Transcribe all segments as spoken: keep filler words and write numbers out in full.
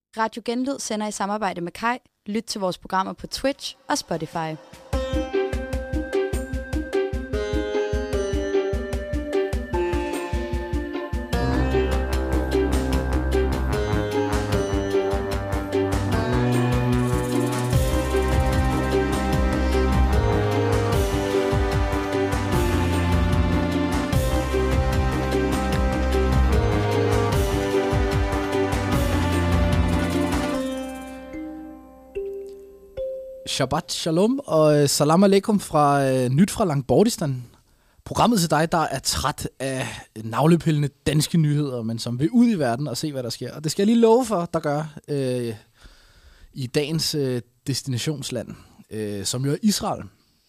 Radio Genlyd sender i samarbejde med Kai. Lyt til vores programmer på Twitch og Spotify. Shabbat shalom og salam alaikum fra øh, Nyt fra Langbordistan. Programmet til dig, der er træt af navlepillende danske nyheder, men som vil ud i verden og se, hvad der sker. Og det skal jeg lige love for, der gør øh, i dagens øh, destinationsland, øh, som jo er Israel.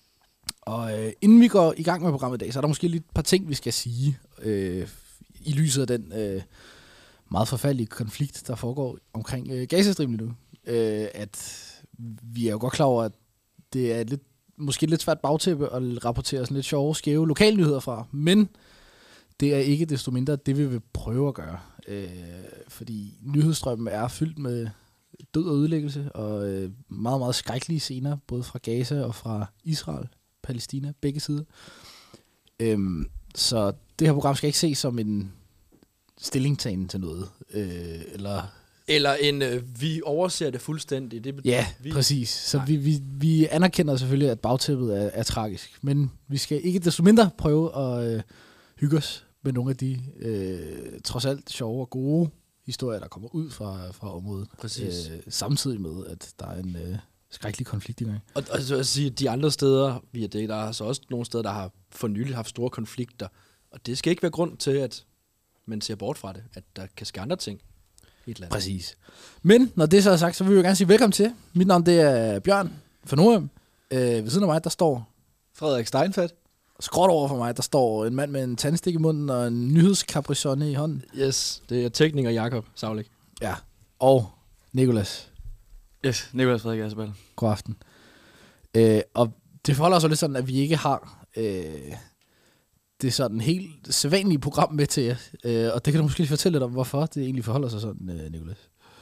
Og øh, inden vi går i gang med programmet i dag, så er der måske lige et par ting, vi skal sige øh, i lyset af den øh, meget forfærdelige konflikt, der foregår omkring øh, Gazastriben nu. Øh, at vi er jo godt klar over, at det er et lidt, måske et lidt svært bagtæppe at rapportere sådan lidt sjove, skæve lokalnyheder fra, men det er ikke desto mindre det, vi vil prøve at gøre. Øh, fordi nyhedsstrømmen er fyldt med død og ødelæggelse, og øh, meget, meget skrækkelige scener, både fra Gaza og fra Israel, Palæstina, begge sider. Øh, så det her program skal ikke ses som en stillingtagen til noget, øh, eller... Eller en, øh, vi overser det fuldstændigt. Det ja, vi... præcis. Så vi, vi, vi anerkender selvfølgelig, at bagtæppet er, er tragisk. Men vi skal ikke desto mindre prøve at øh, hygge os med nogle af de øh, trods alt sjove og gode historier, der kommer ud fra, fra området. Præcis. Øh, samtidig med, at der er en øh, skrækkelig konflikt i gang. Og, og så at sige, de andre steder, vi er det, der er altså også nogle steder, der har for nylig haft store konflikter. Og det skal ikke være grund til, at man ser bort fra det. At der kan ske andre ting. Præcis. Men når det så er sagt, så vil vi jo gerne sige velkommen til. Mit navn det er Bjørn fra Nordhjem. Øh, ved siden af mig, der står Frederik Steinfeld. Skråt over for mig, der står en mand med en tandstik i munden og en nyhedskaprisonne i hånden. Yes, det er tekniker Jakob Savlik. Ja, og Nicolas. Yes, Nicolas Frederik Asbal. God aften. Øh, og det forholder sig lidt sådan, at vi ikke har... Øh, det er sådan et helt sædvanlige program med til jer. Øh, og det kan du måske lige fortælle lidt om, hvorfor det egentlig forholder sig sådan, øh, Nicolas.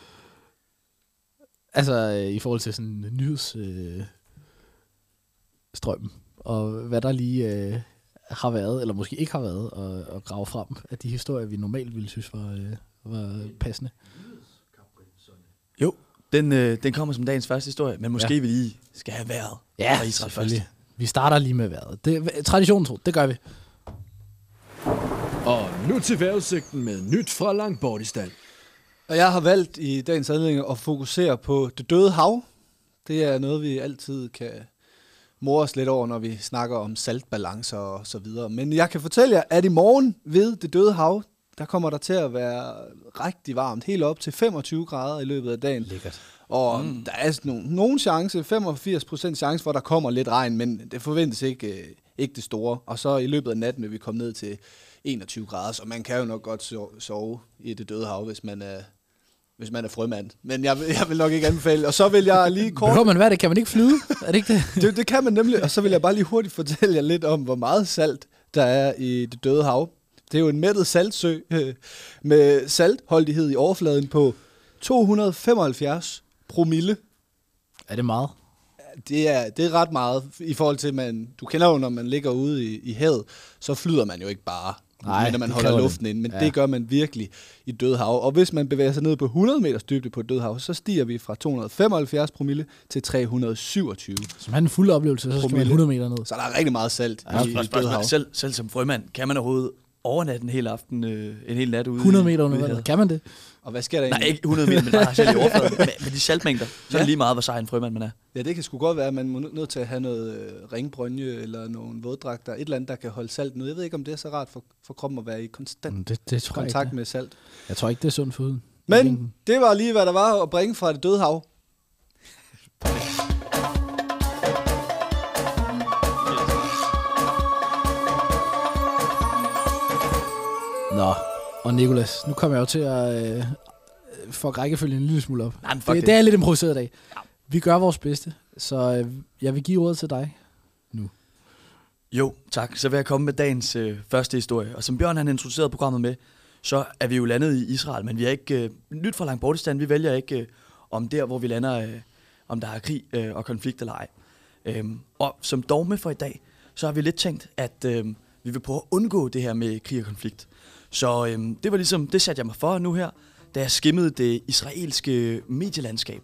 Altså øh, i forhold til sådan nyhedsstrømmen. Øh, og hvad der lige øh, har været, eller måske ikke har været, og, og grave frem af de historier, vi normalt ville synes var, øh, var passende. Jo, den, øh, den kommer som dagens første historie, men måske ja. vi lige skal have været. Ja, selvfølgelig. Først. Vi starter lige med vejret. Det, traditionen tro, det gør vi. Og nu til vejrudsigten med Nyt fra Langbordistan. Og jeg har valgt i dagens anledning at fokusere på det døde hav. Det er noget, vi altid kan more os lidt over, når vi snakker om saltbalancer og så videre. Men jeg kan fortælle jer, at i morgen ved det døde hav, der kommer der til at være rigtig varmt. Helt op til femogtyve grader i løbet af dagen. Lækkert. Og mm. der er sådan nogen, nogen chance, femogfirs procent chance for, at der kommer lidt regn, men det forventes ikke, ikke det store. Og så i løbet af natten vil vi komme ned til enogtyve grader, så man kan jo nok godt sove i det døde hav, hvis man er, hvis man er frømand. Men jeg, jeg vil nok ikke anbefale. Og så vil jeg lige kort... Behøver man hvad det? Kan man ikke flyde? Er det ikke det? det? Det kan man nemlig. Og så vil jeg bare lige hurtigt fortælle jer lidt om, hvor meget salt der er i det døde hav. Det er jo en mættet saltsø øh, med saltholdighed i overfladen på to hundrede femoghalvfjerds promille. Er det meget? Det er, det er ret meget i forhold til, man, du kender jo, når man ligger ude i, i havet, så flyder man jo ikke bare, Nej, når man holder luften inde, men ja. Det gør man virkelig i døde hav. Og hvis man bevæger sig ned på hundrede meters dybde på et døde hav, så stiger vi fra to hundrede femoghalvfjerds promille til tre hundrede syvogtyve. Som har en fuld oplevelse, så skal man hundrede meter ned. Så der er rigtig meget salt ja, i, i døde hav. Selv, selv som frømand, kan man overhovedet overnatte en hel aften, øh, en hel nat ude hundrede meter under vandet. Kan man det? Og hvad sker der egentlig? Nej, ikke hundrede meter, men bare selv i overfladen. Med, med de saltmængder, så ja. Er det lige meget, hvor sej en frømand man er. Ja, det kan sgu godt være, at man må nødt til at have noget øh, ringbrønje eller nogle våddragter. Et eller andet, der kan holde salt ned. Jeg ved ikke, om det er så rart for, for kroppen at være i konstant det, det tror kontakt ikke, med salt. Jeg tror ikke, det er sundt for huden. Men det var lige, hvad der var at bringe fra det døde hav. Nå, og Nicolas, nu kommer jeg jo til at øh, få rækkefølgen en lille smule op. Nej, det, det. det er lidt improviseret i dag. Ja. Vi gør vores bedste, så øh, jeg vil give ordet til dig nu. Jo, tak. Så vil jeg komme med dagens øh, første historie. Og som Bjørn han introducerede programmet med, så er vi jo landet i Israel, men vi er ikke øh, nyt fra Langbordistan. Vi vælger ikke, øh, om der, hvor vi lander, øh, om der er krig øh, og konflikt eller ej. Øhm, og som dogme for i dag, så har vi lidt tænkt, at øh, vi vil prøve at undgå det her med krig og konflikt. Så øh, det var ligesom, det satte jeg mig for nu her, da jeg skimmede det israelske medielandskab.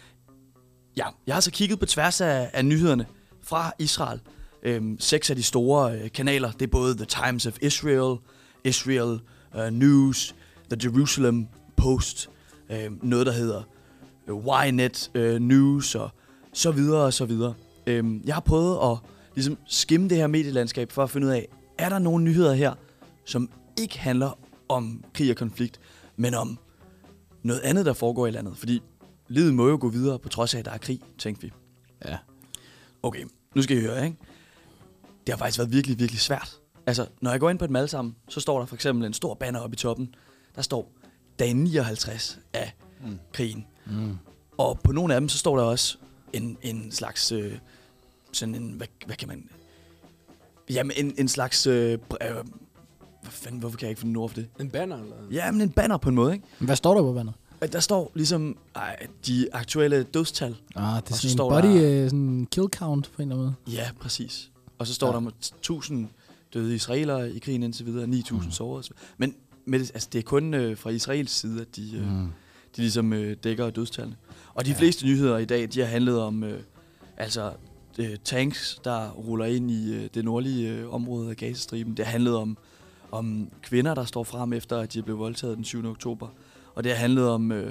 Ja, jeg har så kigget på tværs af, af nyhederne fra Israel. Øhm, seks af de store øh, kanaler, det er både The Times of Israel, Israel uh, News, The Jerusalem Post, øh, noget der hedder øh, Ynet øh, News og så videre og så videre. Øhm, jeg har prøvet at ligesom skimme det her medielandskab for at finde ud af, er der nogle nyheder her, som ikke handler om krig og konflikt, men om noget andet, der foregår i landet. Fordi livet må jo gå videre, på trods af, at der er krig, tænkte vi. Ja. Okay, nu skal I høre, ikke? Det har faktisk været virkelig, virkelig svært. Altså, når jeg går ind på dem alle sammen, så står der for eksempel en stor banner oppe i toppen. Der står dag nioghalvtreds af mm. krigen. Mm. Og på nogle af dem, så står der også en, en slags... Øh, sådan en... Hvad, hvad kan man... Jamen, en, en slags... Øh, øh, hvad fanden, hvorfor kan jeg ikke finde ord for det? En banner, eller? Ja, men en banner på en måde, ikke? Hvad står der på banner? Der står ligesom ej, de aktuelle dødstal. Ah, det er Og så sådan en står body, der- øh, sådan kill count på en eller anden måde. Ja, præcis. Og så står Ja. der om tusind døde israelere i krigen indtil videre, ni tusind mm. sårede. Men med det, altså, det er kun øh, fra Israels side, at de, øh, Mm. de ligesom øh, dækker dødstallene. Og de Ja. fleste nyheder i dag, de har handlet om øh, altså øh, tanks, der ruller ind i øh, det nordlige øh, område af Gazastriben. Det har handlet om, om kvinder, der står frem efter, at de er blevet voldtaget den syvende oktober. Og det har handlet om øh,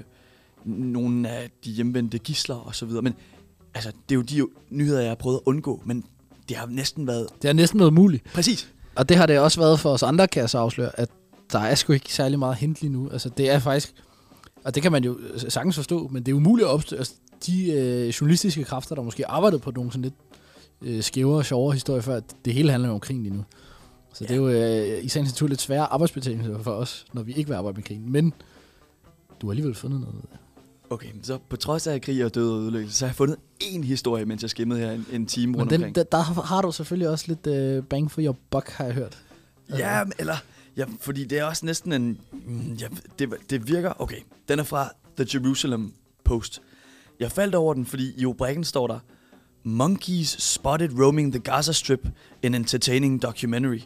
nogle af de hjemvendte gidsler og så videre. Men altså, det er jo de nyheder, jeg har prøvet at undgå, men det har næsten været... Det har næsten været muligt. Præcis. Og det har det også været for os andre, kan jeg så afsløre, at der er sgu ikke særlig meget hent lige nu. Altså, det er faktisk... Og det kan man jo sagtens forstå, men det er umuligt at opstå. Altså, de øh, journalistiske kræfter, der måske arbejdede på nogle sådan lidt øh, skævere og sjovere historier før, at det hele handler jo om krigen lige nu. Så ja. Det er jo øh, i sagens natur lidt svære arbejdsbetingelser for os, når vi ikke vil arbejde med krigen. Men du har alligevel fundet noget. Okay, så på trods af krig og død og ødelæggelse, så har jeg fundet én historie, mens jeg skimmede her en, en time Men rundt den, omkring. der, der har du selvfølgelig også lidt øh, bang for your buck, har jeg hørt. Ja, men- eller... Ja, fordi det er også næsten en... mm, Ja, det, det virker... Okay, den er fra The Jerusalem Post. Jeg faldt over den, fordi i rubrikken står der Monkeys spotted roaming the Gaza Strip in entertaining documentary.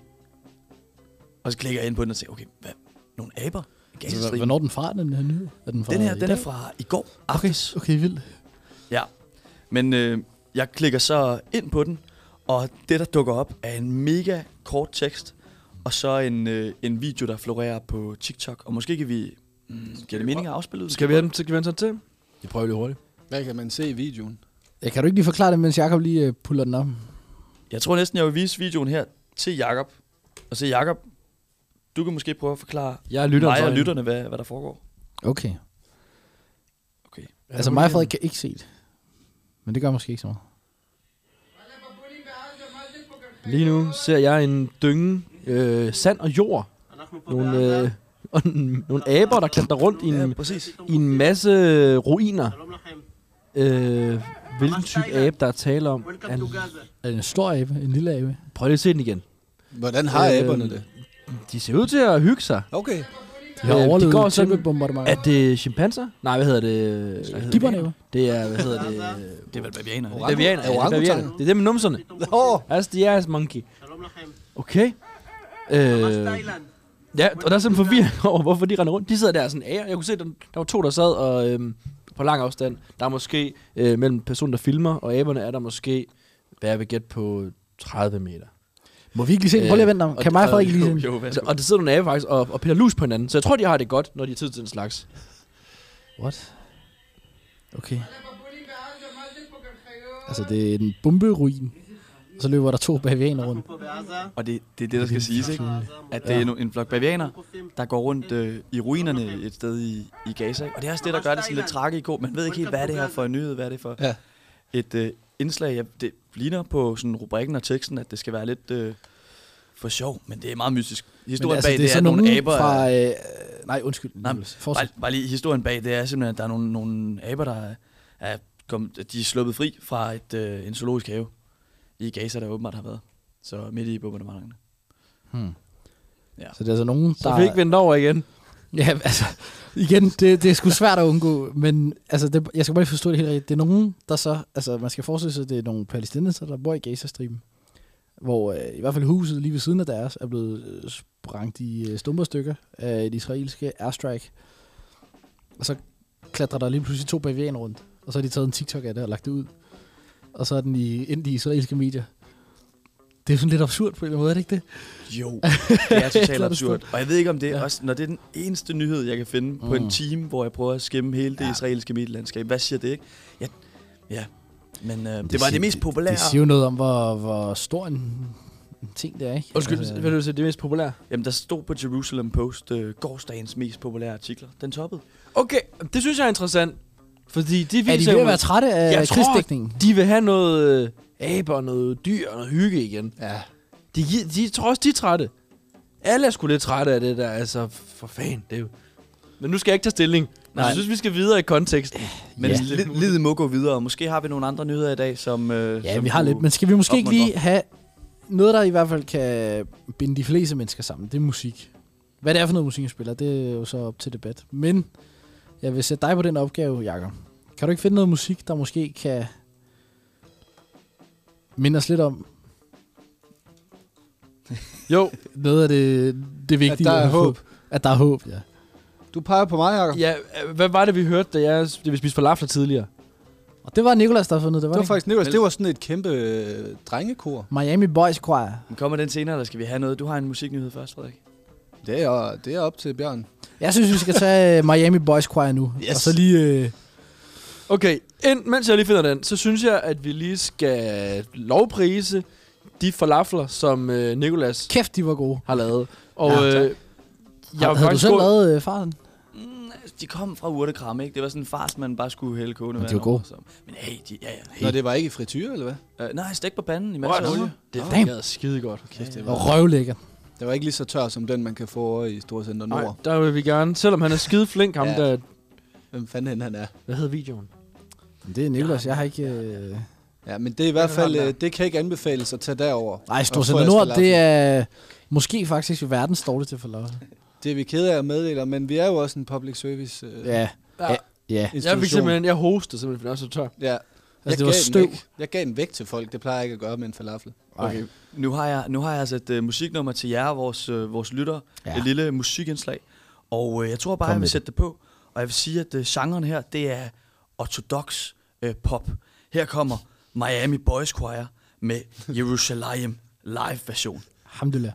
Og så klikker jeg ind på den og siger, okay, hvad? Nogle aber? i Altså, Gazastriben? hvornår er den fra, den her nyhed? Er den fra Den her, i den er dag? fra i går Okay, aftes. okay, vildt. Ja, men øh, jeg klikker så ind på den, og det, der dukker op, er en mega kort tekst, og så en, øh, en video, der florerer på TikTok. Og måske kan vi... Mm, giver det mening at afspille ud? Skal vi have den så til? Vi prøver lige hurtigt. Hvad kan man se i videoen? Jeg kan du ikke lige forklare det, mens Jacob lige øh, puller den op? Jeg tror næsten, jeg vil vise videoen her til Jakob. Og så Jakob, du kan måske prøve at forklare Jeg er lytteren. mig og lytterne, hvad, hvad der foregår. Okay. Okay. Altså mig og Frederik kan ikke se det. Men det gør måske ikke så meget. Lige nu ser jeg en dynge øh, sand og jord. Nogle, øh, og n- nogle aber, der klatrer rundt i en, præcis. i en masse ruiner. Øh, hvilken type abe, der er tale om? An, Er det en stor abe? En lille abe? prøv lige at se den igen. Hvordan har Øh, aberne det? De ser ud til at hygge sig. Okay. De har Øh, de overlevet går sådan- tæppebombardement. Er det chimpanser? Nej, hvad hedder det? Hvad hedder det? Gibbernæber? Det er, hvad hedder det? Det er vel bavianer, ikke? Orang- Bavianer. Ja, det er orangutanger. bavianer. Det er dem med numserne. Åh, Altså, de er monkey. Okay. Øh, ja, og der er sådan en forvirring over, hvorfor de render rundt. De sidder der sådan, ja, jeg kunne se, der, der var to, der sad og, øhm, på lang afstand. Der er måske, øh, mellem personen, der filmer, og aberne er der måske, hvad jeg vil gætte på, tredive meter. Må vi ikke lige se den? Prøv lige at vente om. og- Kan mig og og- Frederik lige se den? Jo, hvad Så, og der sidder nogle aber faktisk og, og piller lus på hinanden. Så jeg tror, de har det godt, når de har tid til den slags. What? Okay. Altså, det er en bomberuin. Og så løber der to bavianer rundt. Og det, det er det, der skal siges, ikke? At det er no- en flok bavianer, der går rundt øh, i ruinerne et sted i, i Gaza. Ikke? Og det er også det, der gør det sådan lidt tragiko. Man ved ikke helt, hvad er det her for en nyhed, hvad er det for Ja. et øh, indslag. Ja, det ligner på sådan rubrikken og teksten, at det skal være lidt øh, for sjov, men det er meget mystisk. Historien altså, bag det er, sådan at nogle nogen aber... fra... Øh, nej, undskyld. Nej, Niels. Fortsæt. Bare, bare lige historien bag, det er simpelthen, at der er nogle, nogle aber, der er, er kommet, de er sluppet fri fra et, øh, en zoologisk have i Gaza, der åbenbart har været. Så midt i bombardementerne. Hmm. Ja. Så det er altså nogen, Så der... vi ikke vendt over igen. Ja, altså, igen, det, det er sgu svært at undgå, men altså, det, jeg skal bare lige forstå det helt rigtigt. Det er nogen, der så, altså, man skal forestille sig, at det er nogle palæstinenser, der bor i Gazastriben, hvor øh, i hvert fald huset lige ved siden af deres er blevet øh, sprængt i øh, stumperstykker af et israelske airstrike. Og så klatrer der lige pludselig to bavianer rundt, og så har de taget en TikTok af det og lagt det ud. Og så er den i, ind i israelske medier. Det er sådan lidt absurd på en måde, er det ikke det? Jo, det er totalt det absurd. Og jeg ved ikke, om det er ja. også, når det er den eneste nyhed, jeg kan finde mm. på en time, hvor jeg prøver at skimme hele det ja. israelske medielandskab. Hvad siger det, ikke? Ja, ja. men øh, det, det var siger, det mest populære. Det, det siger jo noget om, hvor, hvor stor en, en ting det er, ikke? Undskyld, altså, hvad vil du sige, det mest populære? Jamen, der stod på Jerusalem Post øh, gårsdagens mest populære artikler. Den toppede. Okay, det synes jeg er interessant. Fordi de viser er de ved at være trætte af jeg krigsdækningen? Tror, de vil have noget øh, aber, noget dyr og noget hygge igen. Ja. De, de tror også, de er trætte. Alle er sgu lidt trætte af det der, altså for fanden. Det er jo. Men nu skal jeg ikke tage stilling. Nej. Jeg synes, vi skal videre i konteksten. Men ja. Livet må gå videre, og måske har vi nogle andre nyheder i dag, som... Øh, ja, som vi har lidt, men skal vi måske ikke opmuntre. lige have noget, der i hvert fald kan binde de fleste mennesker sammen? Det er musik. Hvad det er for noget musik, jeg spiller, det er jo så op til debat. Men jeg vil sætte dig på den opgave, Jakob. Kan du ikke finde noget musik, der måske kan minde os lidt om? Jo. Noget af det, det vigtige. At der er håb. At der er håb, ja. Du peger på mig, Jacob. Ja, hvad var det, vi hørte, da jeg da vi spiste falafler tidligere? Og det var Nicolas, der havde fundet det, var det? var det faktisk Nicolas. Det var sådan et kæmpe øh, drengekor. Miami Boys Choir. Men kommer den senere, eller skal vi have noget? Du har en musiknyhed først, Frederik. Det er, det er op til Bjørn. Jeg synes, vi skal tage Miami Boys Choir nu. Yes. Og så lige... Øh, Okay, ind, mens jeg lige finder den, så synes jeg, at vi lige skal lovprise de falafler, som øh, Nicolas kæft, de var gode. har lavet. Og Ja, øh, jeg har, havde du selv gå... lavet øh, faren? Mm, de kom fra urtekram, ikke? Det var sådan en fars, man bare skulle hælde kogende vand de var gode. over. Men hey, de, ja, ja. Hey. Nå, det var ikke i frityre, eller hvad? Uh, nej, stik på panden i masser af What? olie. Det Damn. er skide godt. Okay, det Det var, var røvlækker. det var ikke lige så tør som den, man kan få over i Storcenter Nord. Nej, der vil vi gerne, selvom han er skide flink, ham Ja. der... Hvem fanden han er. Hvad hedder videoen? Det er Nicolas, jeg har ikke... Øh... Ja, men det er i hvert fald, øh, det kan ikke anbefales at tage derover. Nej, Storcenter Nord, det er måske faktisk verdens dårligste forlov. Det er vi kede af at meddele, men vi er jo også en public service øh, Ja. Ja. Ja. Jeg fik simpelthen, jeg hostede simpelthen, fordi jeg var så tør. Ja. Altså, det jeg var gav den støv. væk. Jeg gav den væk til folk. Det plejer jeg ikke at gøre med en falafel. Okay. Nu har jeg, nu har jeg altså et uh, musiknummer til jer, vores, uh, vores lyttere. Ja. Et lille musikindslag. Og uh, jeg tror bare, Kom jeg vil med sætte det på. Og jeg vil sige, at uh, genren her, det er ortodox uh, pop. Her kommer Miami Boys Choir med Jerusalem live version. Alhamdulillah.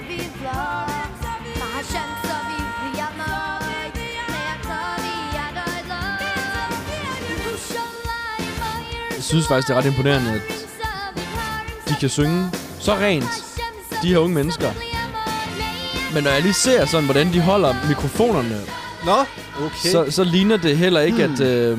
vi flot. Der har chancer, vi bliver møg. Men jeg tror, vi er døjt løg. Du sjoller i møger. Jeg synes faktisk, det er ret imponerende, at de kan synge så rent, de her unge mennesker. Men når jeg lige ser sådan, hvordan de holder mikrofonerne, Nå, okay. så, så ligner det heller ikke, hmm. at... Øh,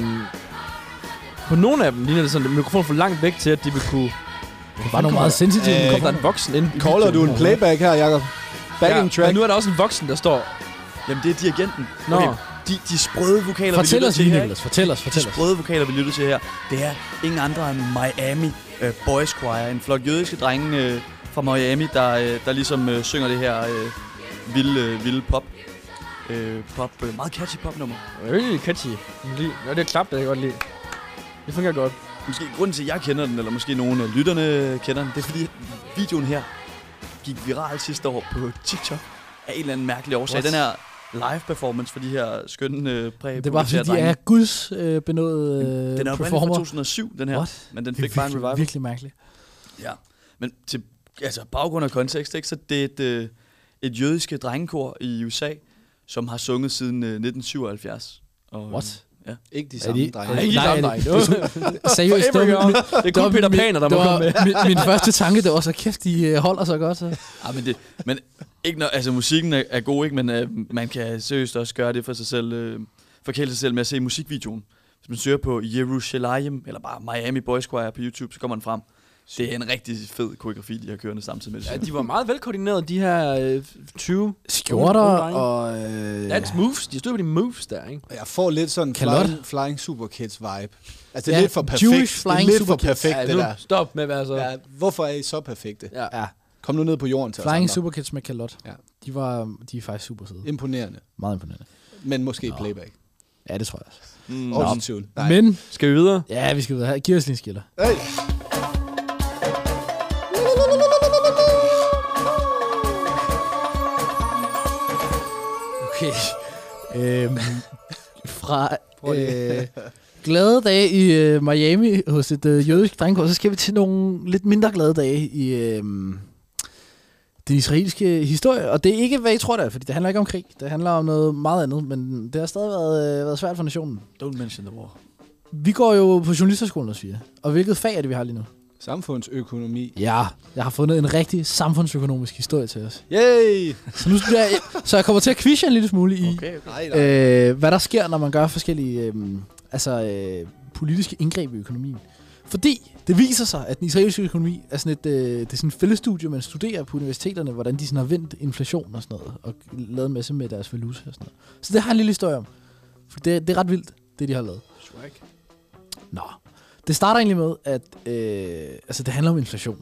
på nogle af dem ligner det sådan, at mikrofonen for langt væk til, at de vil kunne... Det var nogle meget sensitive. Øh, kommer der en voksen ind? Caller du en playback her, Jacob? Backing ja, track. Men nu er der også en voksen, der står... Jamen, det er dirigenten. Nå. Okay. De, de sprøde vokaler, fortæl vi lytter os til lige, her. Niklas. Fortæl os, fortæl De os. sprøde vokaler, vi lytter til her, det er ingen andre end Miami uh, Boys Choir. En flok jødiske drenge uh, fra Miami, der, uh, der ligesom uh, synger det her uh, vilde, uh, vilde pop. Uh, pop uh, meget catchy popnummer. Really catchy. Ja, det er klap, det jeg godt lide. Det fungerer godt. Måske grunden til, at jeg kender den, eller måske nogle af lytterne kender den, det er fordi, videoen her gik viral sidste år på TikTok af en eller anden mærkelig årsag. What? Den her live performance for de her skønne øh, præ Det er bare fordi, de er guds øh, benåede øh, Den er jo fra to tusind og syv, den her. What? Men den Det er fik bare en virkelig, revival. virkelig mærkeligt. Ja, men til altså, baggrund og kontekst, ikke, så det er et, øh, et jødiske drengekor i U S A, som har sunget siden øh, nitten syvoghalvfjerds. Og, What? Ja. Ikke de Er samme de- drenge. Nej, ikke Nej, de er samme det- drenge. Seriøst, det var, min, Det er kun Peter min- Paner, der det må var komme med. min, min første tanke, det var så kæft, de øh, holder sig godt. Så. Ja, men, det, men ikke når, altså, musikken er, er god, ikke, men øh, man kan seriøst også gøre det for sig selv, øh, forkæle sig selv med at se musikvideoen. Hvis man søger på Jerusalem, eller bare Miami Boys Choir på YouTube, så kommer den frem. Det er en rigtig fed koreografi, de har kørende samtidig med det. Ja, de var meget velkoordineret, de her øh, tyve Skjorter unge drenge. og... Øh, Dance moves. De stod på de moves der, ikke? Jeg får lidt sådan Kalot. flying, flying Super Kids vibe. Altså, det er Ja, lidt for perfekt. Jewish Det er Flying lidt Super for Kids. perfekt, Ja, det nu der. stop med at være så... Ja, hvorfor er I så perfekte? Ja. Ja, Kom nu ned på jorden til os Flying andre. Super Kids med kalot. Ja. De, var, de er faktisk super søde. Imponerende. Meget imponerende. Men måske playback. Ja, det tror jeg også. Mm. Autotune. Nej. Men, Skal vi videre? ja, vi skal videre. Giv os lige en skiller. Hey. Okay. øhm, fra øh, glade dage i øh, Miami hos et øh, jødisk drengekor, så skal vi til nogle lidt mindre glade dage i øh, den israelske historie. Og det er ikke, hvad I tror det er, fordi det handler ikke om krig. Det handler om noget meget andet, men det har stadig været, øh, været svært for nationen. Don't mention the war. Vi går jo på journalisterskolen også, siger. Og hvilket fag er det, vi har lige nu? Samfundsøkonomi. Ja, jeg har fundet en rigtig samfundsøkonomisk historie til os. Yay! Så, nu skal jeg, så jeg kommer til at quizze en lille smule i, Okay, okay. Nej, nej. øh, hvad der sker, når man gør forskellige øh, altså, øh, politiske indgreb i økonomien. Fordi det viser sig, at den israelske økonomi er sådan et, øh, det er sådan et fællesstudie, man studerer på universiteterne, hvordan de sådan har vendt inflation og sådan noget, og lavet en masse med deres valuta og sådan noget. Så det har jeg en lille historie om. For det, det er ret vildt, det de har lavet. Swag. Nå. Det starter egentlig med, at øh, altså, det handler om inflation,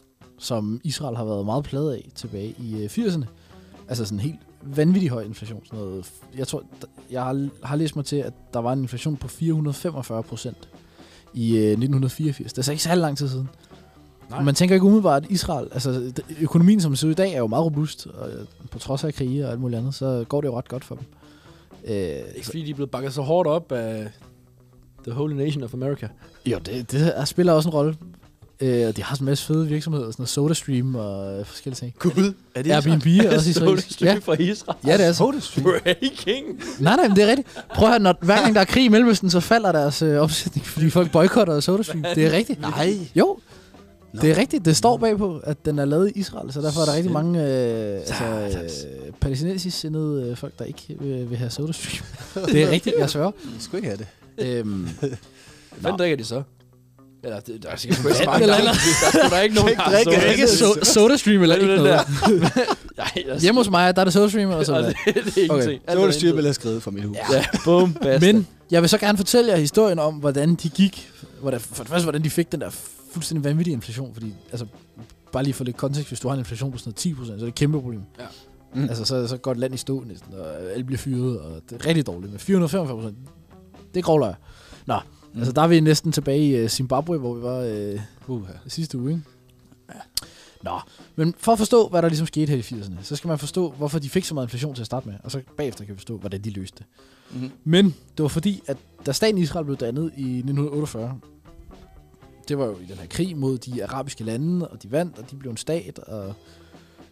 som Israel har været meget plaget af tilbage i øh, firserne. Altså sådan helt vanvittig høj inflation. Sådan noget. Jeg tror, jeg har, har læst mig til, at der var en inflation på fire hundrede og femogfyrre procent i øh, nitten fireogfirs. Det er så ikke særlig lang tid siden. Nej. Man tænker ikke umiddelbart, at Israel, altså økonomien som den ser ud i dag, er jo meget robust, og øh, på trods af krige og alt muligt andet, så går det jo ret godt for dem. Øh, Ikke fordi de er blevet bakket så hårdt op af the whole nation of America. Jo, det, det er, spiller også en rolle. Øh, og de har sådan en masse fede virksomheder, sådan noget SodaStream og øh, forskellige ting. Gud, er det Airbnb er også israelsk. Ja. Ja. fra Israel. Ja, det er så. Breaking. Nej, nej, men det er rigtigt. Prøv at høre, når, hver gang der er krig i Mellemøsten, så falder deres øh, omsætning, fordi folk boykotter SodaStream. Det er rigtigt. Nej. Jo, det er rigtigt. Det står bagpå, at den er lavet i Israel, så derfor er der rigtig mange øh, altså, øh, palæstinensisk sindede øh, folk, der ikke øh, vil have SodaStream. Det er rigtigt, jeg sværger. Jeg skulle ikke have det. Øhm, Hvad drikker de så? Eller, det, der er sikkert sgu ikke så Vand mange eller gange. Der er sgu da ikke nogen, der har det er ikke so- SodaStream eller ikke noget. Nej, jeg Hjemme hos mig, der er det SodaStream og så det, videre. det er ingenting. Så var det styrbillede, jeg skrevet fra mit hus. Ja, bum, basta. Men jeg vil så gerne fortælle jer historien om, hvordan de gik, hvordan, for det første, hvordan de fik den der fuldstændig vanvittige inflation, fordi, altså, bare lige for lidt kontekst, hvis du har en inflation på sådan noget ti procent, så er det et kæmpe problem. Ja. Mm. Altså, så, så går et land i stå næsten, og alle bliver fyret, og det er rigtig dårligt, men fire hundrede og femogfyrre procent, det er grovløjer. Nå, mm. altså, der er vi næsten tilbage i uh, Zimbabwe, hvor vi var øh, Uh-huh. sidste uge, ikke? Ja. Nå, men for at forstå, hvad der ligesom skete her i firserne, så skal man forstå, hvorfor de fik så meget inflation til at starte med, og så bagefter kan vi forstå, hvordan de løste det. Mm-hmm. Men det var fordi, at da staten Israel blev dannet i nitten otteogfyrre, det var jo i den her krig mod de arabiske lande, og de vandt, og de blev en stat, og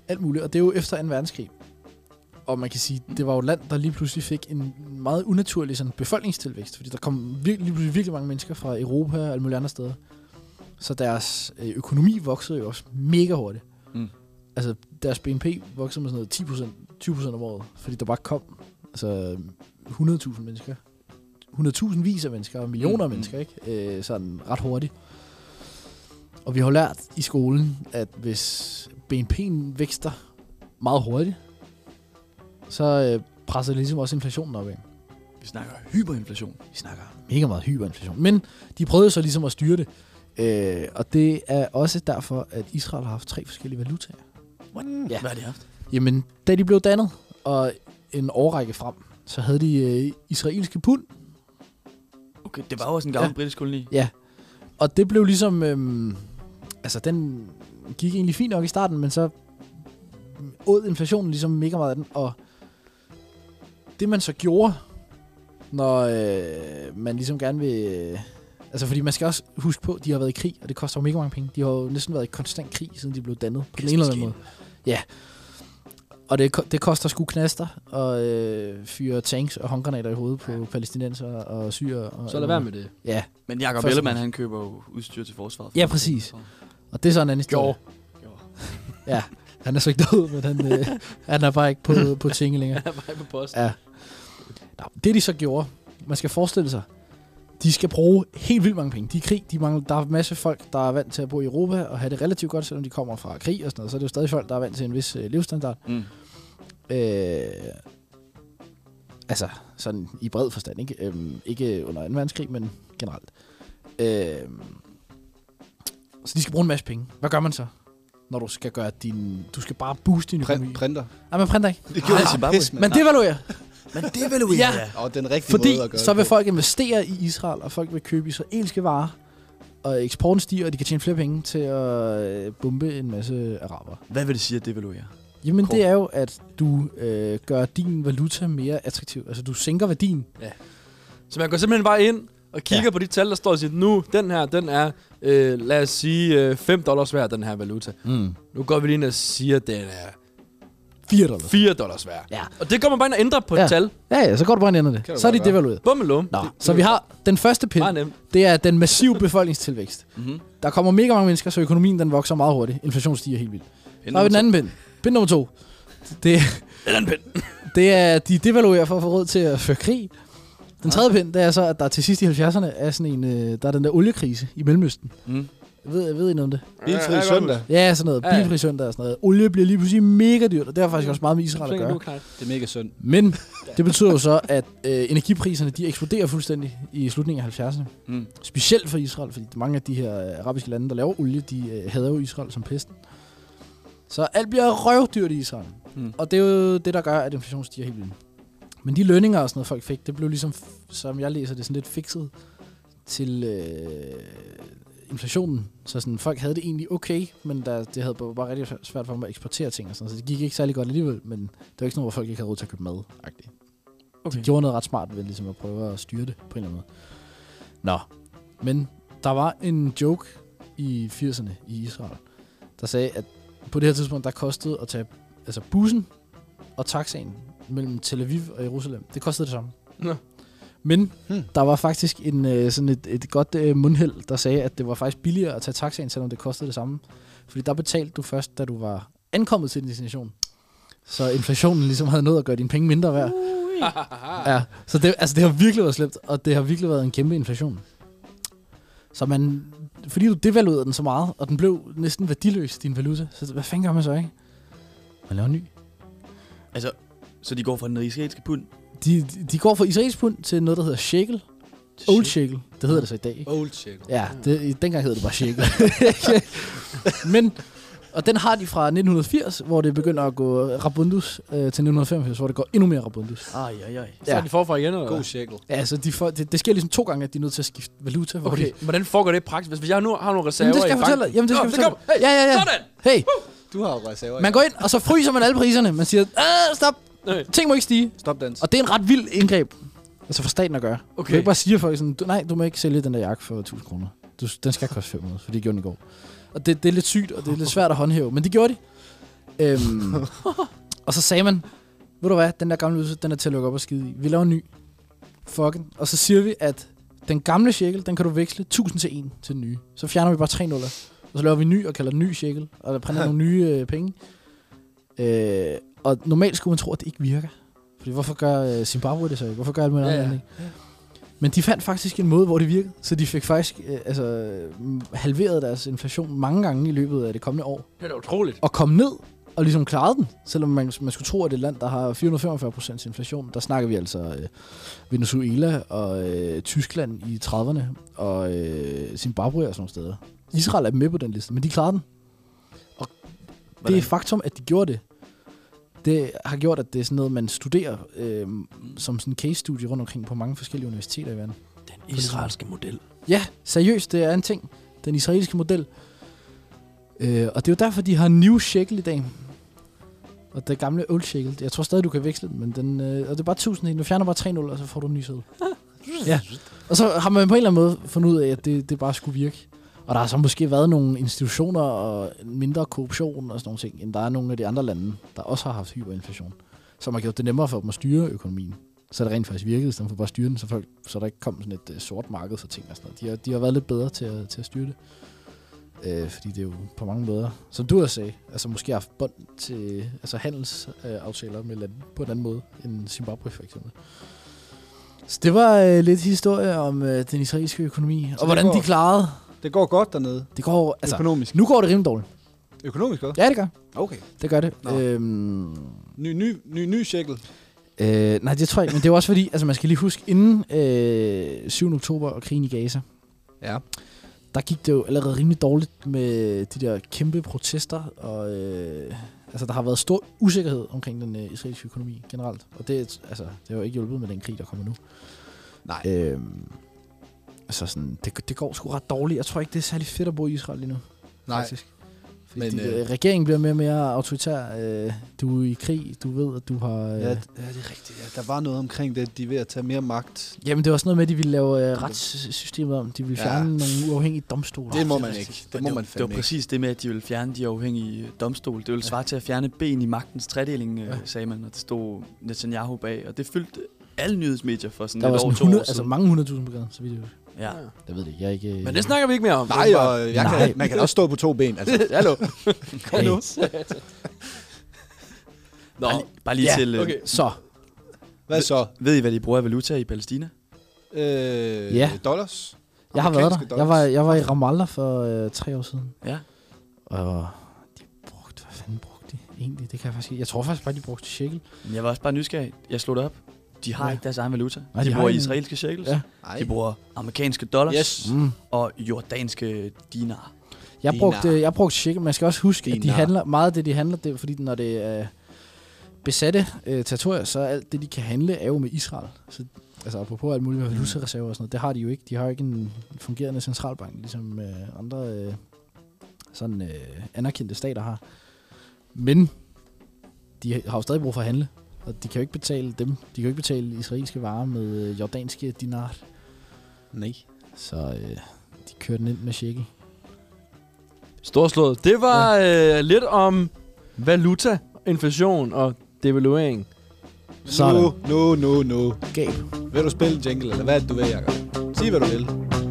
alt muligt. Og det er jo efter anden verdenskrig. Og man kan sige, det var jo et land, der lige pludselig fik en meget unaturlig sådan, befolkningstilvækst. Fordi der kom virkelig, lige pludselig virkelig mange mennesker fra Europa og alle mulige andre steder. Så deres øh, økonomi voksede jo også mega hurtigt. Mm. Altså, deres B N P voksede med sådan noget ti procent, tyve procent om året. Fordi der bare kom altså, hundrede tusind mennesker. hundrede tusind vis af mennesker og millioner af mm. mennesker, ikke? Øh, sådan ret hurtigt. Og vi har lært i skolen, at hvis B N P'en vækster meget hurtigt, så øh, presser det ligesom også inflationen op, ikke? Vi snakker hyperinflation. Vi snakker mega meget hyperinflation. Men de prøvede så ligesom at styre det. Øh, og det er også derfor, at Israel har haft tre forskellige valutaer. What? Ja. Hvad har de haft? Jamen, da de blev dannet, og en årrække frem, så havde de øh, israelske pund. Okay, det var jo også en gammel ja. britisk koloni. Ja, og det blev ligesom... Øh, altså, den gik egentlig fint nok i starten, men så åd inflationen ligesom mega meget af den, og det man så gjorde, når øh, man ligesom gerne vil... Øh, altså, fordi man skal også huske på, at de har været i krig, og det koster jo mega mange penge. De har jo næsten været i konstant krig, siden de blev dannet på den ene eller anden måde. Ja. Og det, det koster sgu knaster og øh, fyre tanks og håndgranater i hovedet på palæstinenser og syrer. Og så lad være med det. Ja. Men Jakob Ellemann, han køber jo udstyr til forsvaret. Ja, præcis. Og det er så en anden historie. Jo. Ja, han er så ikke død, men han, øh, han er bare ikke på, på tinge længere. Han er bare ikke på posten. Ja. Nå, det de så gjorde, man skal forestille sig, de skal bruge helt vildt mange penge. De er krig, de mangler, der er en masse folk, der er vant til at bo i Europa og have det relativt godt, selvom de kommer fra krig og sådan noget. Så er det jo stadig folk, der er vant til en vis øh, levestandard. Mm. Øh, altså, sådan i bred forstand, ikke? Øhm, ikke under anden verdenskrig, men generelt. Øh, så de skal bruge en masse penge. Hvad gør man så, når du skal gøre din... Du skal bare booste din økonomi? Printer. Nej, man printer ikke. Det gjorde ah, Zimbabwe. Men devaluerer. Men devaluerer, ja. ja. Og den rigtige Fordi måde at gøre så vil det folk investere i Israel, og folk vil købe israelske varer, og eksporten stiger, og de kan tjene flere penge til at bombe en masse araber. Hvad vil det sige at devaluere? Jamen Kort. Det er jo, at du øh, gør din valuta mere attraktiv. Altså du sænker værdien. Ja. Så man går simpelthen bare ind og kigger ja. på de tal, der står og siger, nu, den her, den er, øh, lad os sige, øh, fem dollars værd, den her valuta. Mm. Nu går vi lige ind og siger, at den er fire dollars. fire dollars værd. Ja. Og det går man bare ind og ændre på ja. et tal. Ja, ja, så går du bare ind og ændrer det. Så er de devalueret. Bummelum. Nå, så vi har den første pind. Det er den massive befolkningstilvækst. Mm-hmm. Der kommer mega mange mennesker, så økonomien den vokser meget hurtigt. Inflationen stiger helt vildt. Pind så har vi den anden pind. Pind nummer to. Det, den anden pind. Det er, de devaluerer for at få råd til at føre krig. Den tredje pind, det er så, at der til sidst i halvfjerdserne er sådan en, øh, der er den der oliekrise i Mellemøsten. Mm. Jeg ved, jeg ved I noget om det? Bilfri ja, søndag. Ja, sådan noget. Ja, ja. Bilfri søndag og sådan noget. Olie bliver lige pludselig mega dyrt, og det har faktisk også meget med Israel at gøre. Det er mega synd. Men det betyder jo så, at øh, energipriserne de eksploderer fuldstændig i slutningen af halvfjerdserne. Mm. Specielt for Israel, fordi mange af de her arabiske lande, der laver olie, de øh, hader jo Israel som pesten. Så alt bliver røvdyrt i Israel. Mm. Og det er jo det, der gør, at inflationen stiger helt vildt. Men de lønninger og sådan noget, folk fik, det blev ligesom, som jeg læser det, sådan lidt fikset til øh, inflationen. Så sådan, folk havde det egentlig okay, men der, det havde bare rigtig svært for dem at eksportere ting og sådan noget. Så det gik ikke særlig godt alligevel, men det var ikke sådan noget, hvor folk ikke havde råd til at købe mad. Okay. De gjorde noget ret smart ved ligesom at prøve at styre det på en eller anden måde. Nå, men der var en joke i firserne i Israel, der sagde, at på det her tidspunkt, der kostede at tage altså bussen og taxaen mellem Tel Aviv og Jerusalem. Det kostede det samme. Nå. Men hmm. der var faktisk en, øh, sådan et, et godt øh, mundheld, der sagde, at det var faktisk billigere at tage taxaen, selvom det kostede det samme. Fordi der betalte du først, da du var ankommet til din destination. Så inflationen ligesom havde nået at gøre dine penge mindre værd. Ja, så det, altså, det har virkelig været slemt, og det har virkelig været en kæmpe inflation. Så man, fordi du devaluerede den så meget, og den blev næsten værdiløs, din valuta, så hvad fanden gør man så, ikke? Man laver en ny. Altså, så de går fra den israelske pund? De, de, de går fra israelsk pund til noget, der hedder shekel. Old shekel. Det hedder det så i dag, ikke? Old shekel. Ja, det, dengang hed det bare shekel. Men, og den har de fra nitten firs, hvor det begynder at gå rabundus, øh, til nitten femogfirs, hvor det går endnu mere rabundus. Ej, ej, ej. Så er de forfra igen, eller? God shekel. Ja, så de får, det, det sker ligesom to gange, at de er nødt til at skifte valuta. Okay, de, hvordan foregår det i praksis? Hvis jeg nu har nogle reserver i banken... Jamen, det skal jeg fortælle dig. Jamen, det skal jeg fortælle dig. Ja, ja, ja. Sådan! Hey! Du har jo reserver. Man går ind, og så fryser man alle priserne. Man siger, stop! Okay. Ting må ikke stige. Stop dans. Og det er en ret vild indgreb, altså for staten at gøre. Okay. Du kan ikke bare sige folk sådan, nej, du må ikke sælge den der jakke for tusind kroner. Du, den skal koste fem hundrede, for det gjorde den i går. Og det, det er lidt sygt, og det er lidt svært at håndhæve, men det gjorde de. Øhm, og så sagde man, ved du hvad, den der gamle ydelse, den er til at lukke op og skide i. Vi laver en ny. Fucking. Og så siger vi, at den gamle shekel, den kan du veksle tusind til en til den nye. Så fjerner vi bare tre nuller. Og så laver vi ny og kalder den ny shekel. Og der printer nogle nye øh, penge. Øh, og normalt skulle man tro, at det ikke virker. Fordi hvorfor gør øh, Zimbabwe det så ikke? Hvorfor gør alt muligt andet ikke? Men de fandt faktisk en måde, hvor det virkede. Så de fik faktisk øh, altså, halveret deres inflation mange gange i løbet af det kommende år. Det er da utroligt. Og kom ned og ligesom klarede den. Selvom man, man skulle tro, at det er et land, der har fire hundrede femogfyrre procent inflation. Der snakker vi altså øh, Venezuela og øh, Tyskland i trediverne. Og øh, Zimbabwe og sådan nogle steder. Israel er med på den liste, men de klarede den. Og Hvordan? Det er faktum, at de gjorde det. Det har gjort, at det er sådan noget, man studerer øh, som sådan en case-studie rundt omkring på mange forskellige universiteter i verden. Den israelske model. Ja, seriøst, det er en ting. Den israelske model. Øh, og det er jo derfor, de har new shekel i dag. Og det gamle old shekel. Jeg tror stadig, du kan veksle den, men den, øh, og det er bare tusind. Du fjerner bare tre nul, og så får du en ny seddel. Ja. Og så har man på en eller anden måde fundet ud af, at det, det bare skulle virke. Og der har så måske været nogle institutioner og mindre korruption og sådan nogle ting, end der er nogle af de andre lande, der også har haft hyperinflation. Så man har gjort det nemmere for dem at styre økonomien. Så det rent faktisk virkede, i stedet for bare at styre den, så, folk, så der ikke kom sådan et uh, sort marked for ting og sådan noget. De har, de har været lidt bedre til at, til at styre det. Øh, fordi det er jo på mange måder, som du har sagt, altså måske har haft bånd til altså handelsaftaler med lande på en anden måde end Zimbabwe for eksempel. Så det var øh, lidt historie om øh, den israelske økonomi, så og hvordan går, de klarede. Det går godt dernede. Det går, altså, økonomisk. Nu går det rimelig dårligt. Økonomisk godt? Ja, det gør. Okay. Det gør det. Øhm, ny, ny, ny, ny shekel? Øh, nej, det tror jeg ikke, men det er også fordi, altså man skal lige huske, inden øh, syvende oktober og krigen i Gaza, ja. Der gik det jo allerede rimelig dårligt med de der kæmpe protester, og øh, altså der har været stor usikkerhed omkring den øh, israelske økonomi generelt, og det, altså, det har jo ikke hjulpet med den krig, der kommer nu. Nej. Øh, altså sådan, det, det går sgu ret dårligt. Jeg tror ikke, det er særlig fedt at bo i Israel lige nu. Nej. Faktisk. Fordi Men, de, øh, regeringen bliver mere og mere autoritær. Øh, du er i krig, du ved, at du har... Øh, ja, det, ja, det er rigtigt. Ja, der var noget omkring det, de er ved at tage mere magt. Jamen, det var sådan noget med, at de ville lave øh, retssystemet om. De ville fjerne ja. nogle uafhængige domstole. Det må man ikke. Det må det, man det var præcis det med, at de ville fjerne de uafhængige domstole. Det ville svare til at fjerne ben i magtens tredeling, ja. sagde man, og det stod Netanyahu bag. Og det fyldte alle nyhedsmedier for sådan der et var år, sådan to hundrede, år siden. altså mange hundredtusind begredet, så vidt jeg husker. Ja. Jeg ved det jeg er ikke... Men det snakker vi ikke mere om. Nej, og jeg Nej. kan, man kan også stå på to ben. Altså, hallo. Kom nu. Nå, bare, bare lige ja, til... Okay. Så. Hvad så? Ved I, hvad de bruger af valuta i Palæstina? Øh, ja. Dollars? Jeg har været der. Dollars. Jeg var, jeg var i Ramallah for øh, tre år siden. Ja. Og de brugte... Hvad fanden brugte de egentlig? Det kan jeg faktisk ikke... Jeg tror faktisk bare, de brugte shekel. Men jeg var også bare nysgerrig. Jeg slog det op. De har ja. ikke deres egen valuta. Nej, de, de bruger en... israelske shekels. Ja. De bruger amerikanske dollars. Yes. Mm. Og jordanske dinar. Jeg Dinar. brugte, jeg brugte shekel. Man skal også huske, Dinar. at de handler... Meget af det, de handler, det er fordi, når det er besatte øh, territorier, så er alt det, de kan handle, er jo med Israel. Så, altså apropos alt muligt med valutareserver og sådan noget, det har de jo ikke. De har jo ikke en fungerende centralbank, ligesom øh, andre øh, sådan øh, anerkendte stater har. Men de har jo stadig brug for at handle. Og de kan jo ikke betale dem. De kan jo ikke betale israelske varer med øh, jordanske dinar. Nej. Så øh, de kører den ind med shekel. Storslået. Det var ja. øh, lidt om valuta, inflation og devaluering. Nu, nu, nu, nu. Gab. Vil du spille en jingle, eller hvad er det, du vil, Jacob? Sig, hvad du vil.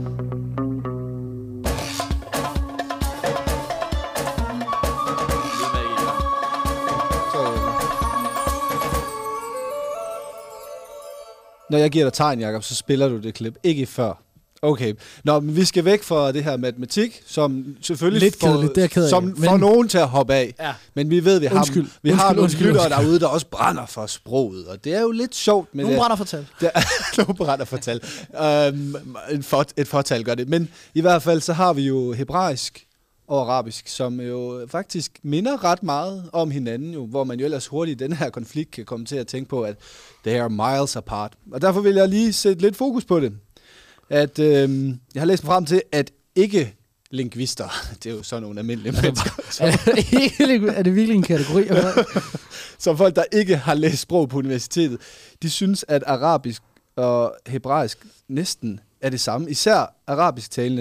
Når jeg giver dig tegn, Jacob, så spiller du det klip. Ikke før. Okay. Nå, men vi skal væk fra det her matematik, som selvfølgelig lidt får, kedeligt, det er ked af, som men... får nogen til at hoppe af. Ja. Men vi ved, vi har, undskyld. vi undskyld, har nogle undskyld, lyttere undskyld. derude, der også brænder for sproget. Og det er jo lidt sjovt. Med Nogle det. brænder for tal. Nogle brænder for tal. um, et, for, et fortal gør det. Men i hvert fald, så har vi jo hebraisk og arabisk, som jo faktisk minder ret meget om hinanden, jo, hvor man jo ellers hurtigt i den her konflikt kan komme til at tænke på, at they are miles apart. Og derfor vil jeg lige sætte lidt fokus på det. At øhm, jeg har læst mig frem til, at ikke lingvister, det er jo sådan nogle almindelige mennesker, som, er det virkelig en kategori? som folk, der ikke har læst sprog på universitetet, de synes, at arabisk og hebraisk næsten er det samme. Især arabisk talende.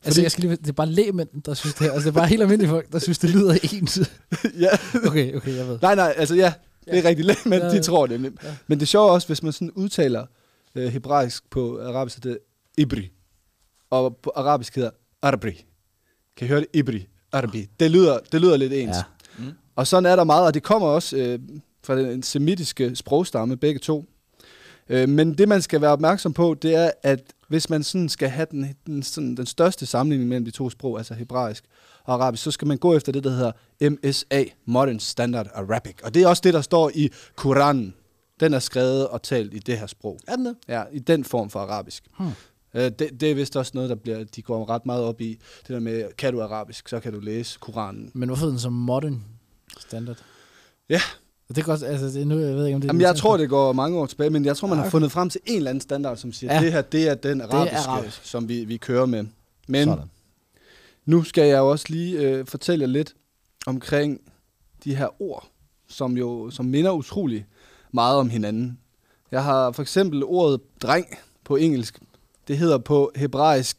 Altså, jeg skal lige, det er bare lægmænd, der synes det her. Altså, det er bare helt almindelige folk, der synes, det lyder ens. ja. Okay, okay, jeg ved. Nej, nej, altså ja, det er ja. rigtigt læg, men Ja. de tror det. Ja. Men det sjove er også, hvis man sådan udtaler øh, hebraisk på arabisk, så det er ibri. Og på arabisk hedder arbri. Kan I høre det? Ibri, arbi. Det lyder, det lyder lidt ens. Ja. Mm. Og sådan er der meget, og det kommer også øh, fra den semitiske sprogstamme, begge to. Øh, men det, man skal være opmærksom på, det er, at hvis man sådan skal have den, den, sådan, den største sammenligning mellem de to sprog, altså hebraisk og arabisk, så skal man gå efter det, der hedder M S A, Modern Standard Arabic. Og det er også det, der står i Koranen. Den er skrevet og talt i det her sprog. Er den det? Ja, i den form for arabisk. Hmm. Øh, det, det er vist også noget, der bliver, de går ret meget op i. Det der med, kan du arabisk, så kan du læse Koranen. Men hvorfor er den som modern standard? Ja. Det er godt, altså, det er nu, jeg ved ikke, om det er... Jamen, jeg tror, det går mange år tilbage, men jeg tror, man Ah, har okay. fundet frem til en eller anden standard, som siger, Ja. det her, det er den arabiske, er arabisk. som vi, vi kører med. Men Sådan. nu skal jeg jo også lige øh, fortælle jer lidt omkring de her ord, som jo som minder utrolig meget om hinanden. Jeg har for eksempel ordet dreng på engelsk. Det hedder på hebraisk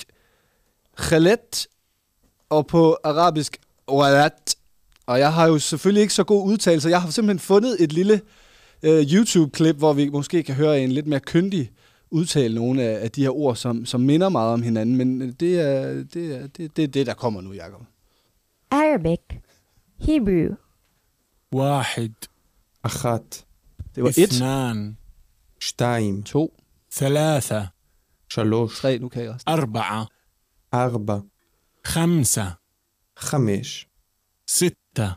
khalet, og på arabisk walat. Og jeg har jo selvfølgelig ikke så god udtalelse. Jeg har simpelthen fundet et lille øh, YouTube-klip, hvor vi måske kan høre en lidt mere kyndig udtale nogle af, af de her ord, som, som minder meget om hinanden. Men det er det, er, det, det, er det der kommer nu, Jacob. Arabic, Hebrew, واحد Achat. Det var et, اثنان שתיים, to, ثلاثة שלוש, tre, nu kan jeg også. أربعة ארבע, خمسة חמש, ستة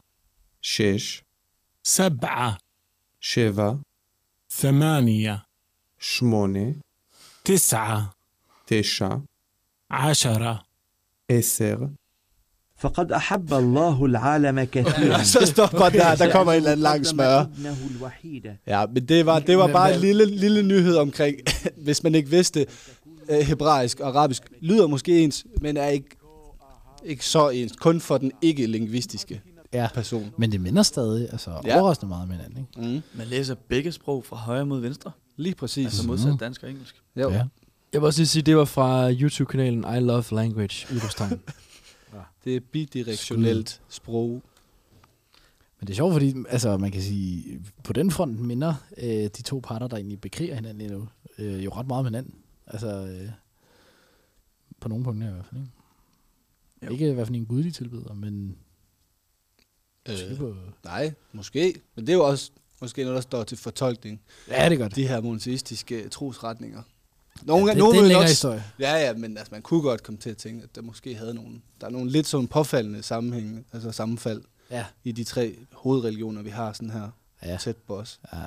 שש, سبعة שבע, ثمانية שמונה, تسعة תשע, عشرة עשר, فقد أحب الله العالم كثيرا Så stopper der, der kommer en eller anden lang smør. ابنه الوحيد Ja, men det var, det var bare en lille, lille nyhed omkring, hvis man ikke vidste, øh, hebraisk og arabisk lyder måske ens, men er ikke, ikke så ens, kun for den ikke-lingvistiske Ja, person. men det minder stadig, altså Ja. overraskende meget om hinanden, ikke? Mm. Man læser begge sprog fra højre mod venstre. Lige præcis. Altså modsat dansk og engelsk. Jo. Ja. Jeg vil også lige sige, det var fra YouTube-kanalen I Love Language, udrustegn. Det er bidirektionelt sprog. Men det er sjovt, fordi altså, man kan sige, på den front minder øh, de to parter, der egentlig bekriger hinanden lige nu, øh, jo ret meget om hinanden. Altså, øh, på nogle punkter i hvert fald, ikke? Jo. Ikke i hvert fald en gudelig tilbeder, men måske Øh, på... nej, måske. Men det er jo også måske noget, der står til fortolkning. Ja, det er godt. De her monoteistiske trosretninger. Nogle, Ja, det, nogle det er en vil længere nok- historie. Ja, ja, men altså, man kunne godt komme til at tænke, at der måske havde nogle, der er nogle lidt sådan påfaldende sammenhænge, altså sammenfald Ja. i de tre hovedreligioner, vi har sådan her Ja. tæt på os. Ja.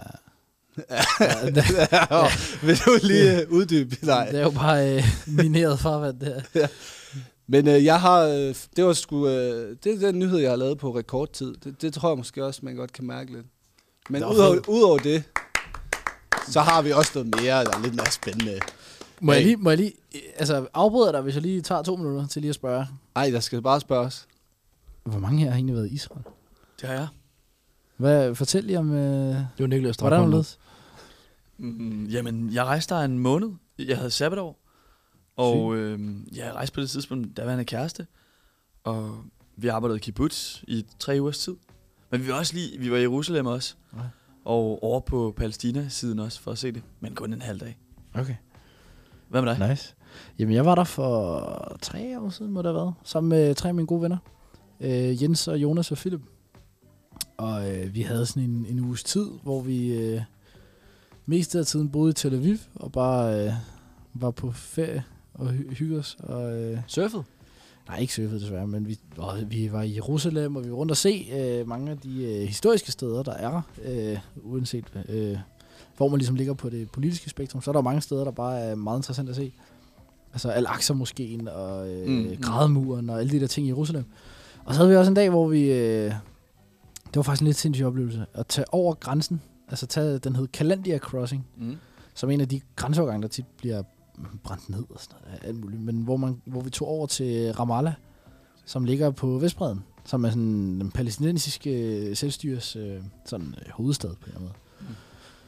ja. Vil du lige uh, uddybe? Nej. Det er jo bare øh, mineret farvand, det her. Men øh, jeg har, øh, det var sgu, øh, det er den nyhed, jeg har lavet på rekordtid. Det, det tror jeg måske også, man godt kan mærke lidt. Men Det var udover, fedt. udover det, så har vi også noget mere, der er lidt mere spændende. Må jeg Hey. lige, må jeg lige altså, afbryde dig, hvis jeg lige tager to minutter til lige at spørge. Ej, der skal bare spørges. Hvor mange her har egentlig været i Israel? Det har jeg. Hvad, fortæl lige om, øh, Det var Niklas hvordan har du ledet? Mm, jamen, jeg rejste der en måned. Jeg havde sabbatår. Og øh, jeg rejste på det tidspunkt, der var en kæreste. Og vi arbejdede i kibbutz i tre ugers tid. Men vi var også lige, vi var i Jerusalem også. Ja. Og over på Palæstina-siden også, for at se det. Men kun en halv dag. Okay. Hvad med dig? Nice. Jamen, jeg var der for tre år siden, må det have været, sammen med tre af mine gode venner. Øh, Jens og Jonas og Philip. Og øh, vi havde sådan en, en uges tid, hvor vi øh, mest af tiden boede i Tel Aviv, og bare øh, var på ferie og hy- hygge os. Og, øh, Surfet? nej, ikke surfet desværre, men vi, og vi var i Jerusalem, og vi var rundt og se øh, mange af de øh, historiske steder, der er, øh, uanset øh, hvor man ligesom ligger på det politiske spektrum. Så er der jo mange steder, der bare er meget interessant at se. Altså Al-Aqsa-moskeen og øh, Mm, mm, mm. Grædemuren og alle de der ting i Jerusalem. Og så havde vi også en dag, hvor vi... Øh, det var faktisk en lidt sindssyg oplevelse. At tage over grænsen. Altså tage, den hed Kalandia Crossing. Mm. Som en af de grænseovergange, der tit bliver brændt ned og sådan noget. Alt muligt. Men hvor, man, hvor vi tog over til Ramallah, som ligger på Vestbredden. Som er sådan den palæstinensiske selvstyres øh, sådan, øh, hovedstad på en eller anden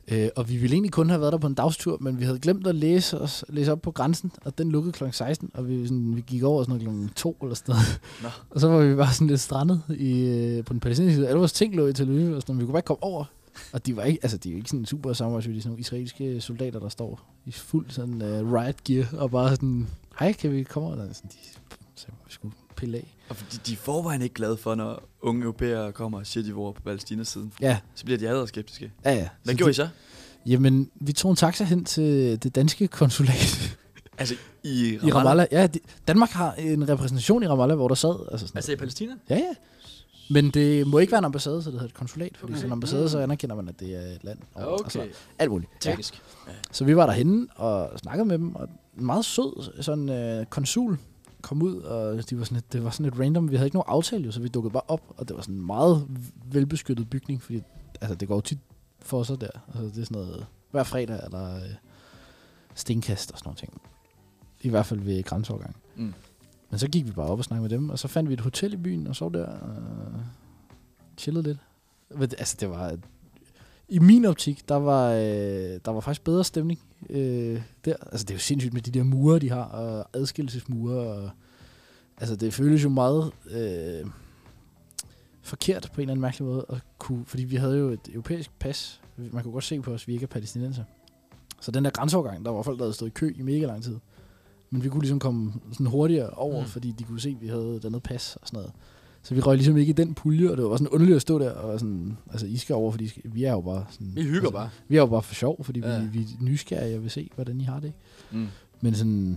Øh, og vi ville egentlig kun have været der på en dagstur, men vi havde glemt at læse, os, læse op på grænsen, og den lukkede klokken seksten, og vi, sådan, vi gik over sådan noget klokken to eller sådan noget. Nå. Og så var vi bare sådan lidt strandet i, øh, på den palæstinensiske side. Alle vores ting lå i Tel Aviv, og sådan, vi kunne bare ikke komme over. Og de var ikke, altså de er jo ikke sådan super samarbejdsvillige, sådan nogle israelske soldater, der står i fuld sådan uh, riot gear, og bare sådan, hej, kan vi komme over? Der? Sådan, de så vi skulle pille af. Og fordi de er forvejen ikke glade for, når unge europæere kommer og siger, de var på Palæstina-siden. Ja. Så bliver de allerede skeptiske. Ja, ja. Hvad så gjorde de, I så? Jamen, vi tog en taxa hen til det danske konsulat. Altså i Ramallah? I Ramallah, ja. De, Danmark har en repræsentation i Ramallah, hvor der sad. Altså, sådan Altså i Palæstina? Ja, ja. Men det må ikke være en ambassade, så det hedder et konsulat. Fordi okay. Sådan en ambassade, så anerkender man, at det er et land. Og, Okay. altså, alt muligt. Teknisk. Ja. Så vi var derhenne og snakkede med dem, og en meget sød sådan øh, konsul kom ud, og de var sådan et, det var sådan et random, vi havde ikke nogen aftale, jo, så vi dukkede bare op, og det var sådan en meget velbeskyttet bygning, fordi altså, det går jo tit for sig der. Altså, det er sådan noget hver fredag, eller øh, stenkast og sådan noget ting. I hvert fald ved grænseovergang. Mm. Men så gik vi bare op og snakkede med dem, og så fandt vi et hotel i byen, og sov der og chillede lidt. Men det, altså, det var... I min optik, der var, øh, der var faktisk bedre stemning øh, der. Altså, det er jo sindssygt med de der mure, de har, og adskillelsesmure. Og, altså, det føles jo meget øh, forkert på en eller anden mærkelig måde. At kunne, fordi vi havde jo et europæisk pas. Man kunne godt se på os, vi ikke er palæstinenser. Så den der grænseovergang, der var folk, der havde stået i kø i mega lang tid. Men vi kunne ligesom komme sådan hurtigere over, mm. fordi de kunne se, at vi havde et andet pas og sådan noget. Så vi røg ligesom ikke i den pulje, og det var sådan underligt at stå der og sådan, altså I skal over, fordi I skal, vi er jo bare sådan... Vi hygger altså, bare. Vi er jo bare for sjov, fordi ja. vi, vi er nysgerrige og vil se, hvordan I har det. Mm. Men sådan...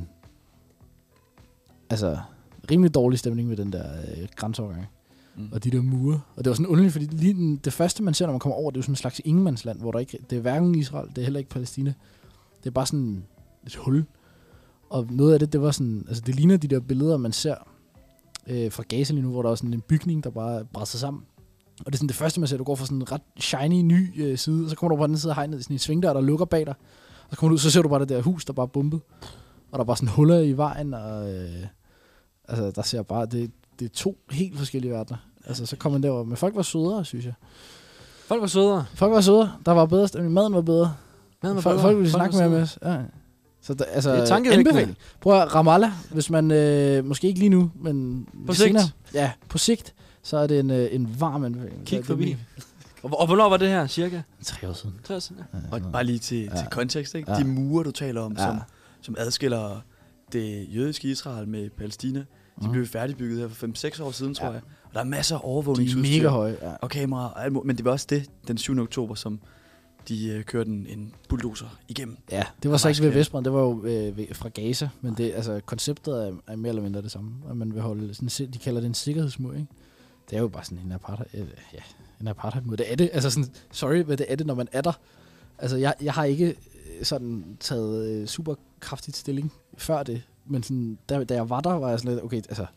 Altså, rimelig dårlig stemning med den der øh, grænseovergang. Mm. Og de der mure. Og det var sådan underligt, fordi lige den, det første, man ser, når man kommer over, det er jo sådan en slags ingenmandsland, hvor der ikke... Det er hverken Israel, det er heller ikke Palæstina. Det er bare sådan et hul. Og noget af det, det var sådan... Altså, det ligner de der billeder, man ser... Øh, fra Gaza lige nu, hvor der er sådan en bygning, der bare brænder sammen. Og det er sådan det første, man ser, du går fra sådan en ret shiny, ny øh, side, og så kommer du på den anden side af hegnet, sådan en svingdør, der lukker bag dig. Og så kommer du ud, så ser du bare det der hus, der bare er bumpet. Og der er bare sådan huller i vejen, og øh, altså, der ser bare, det, det er to helt forskellige verdener. Altså, så kom man derover, men folk var sødere, synes jeg. Folk var sødere? Folk var sødere. Der var bedre stemning. Maden var bedre. Maden var folk, bedre. folk ville Folk snakke var med os. Ja. Så der, altså, det er tankevækkende. anbefaling. Prøv at Ramallah, hvis man, øh, måske ikke lige nu, men på sigt. Senere, ja, på sigt, så er det en, øh, en varm anbefaling. Kig forbi. Og, og hvornår var det her, cirka? Tre år siden. Tre år siden, ja. Og bare lige til, Ja. til kontekst, ikke? Ja. De mure, du taler om, Ja. som, som adskiller det jødiske Israel med Palæstina, de Mhm. blev færdigbygget her for fem seks år siden, tror Ja. jeg. Og der er masser af De er overvågningsudstyr. mega høje. Ja. Og kameraer og alt muligt. Men det var også det, den syvende oktober, som de øh, kørte en, en bulldozer igennem. Ja, det var så ikke ved Ramallah. Vestbredden, det var jo øh, ved, fra Gaza, men det, altså, konceptet er, er mere eller mindre det samme, at man vil holde sådan, si- de kalder det en sikkerhedsmur, ikke? Det er jo bare sådan en apartheid, øh, ja, en apartheidmur. Det er det, altså sådan, sorry, men det er det, når man er der. Altså, jeg, jeg har ikke øh, sådan taget øh, super kraftigt stilling før det, men sådan, da, da jeg var der, var jeg sådan lidt, okay, altså,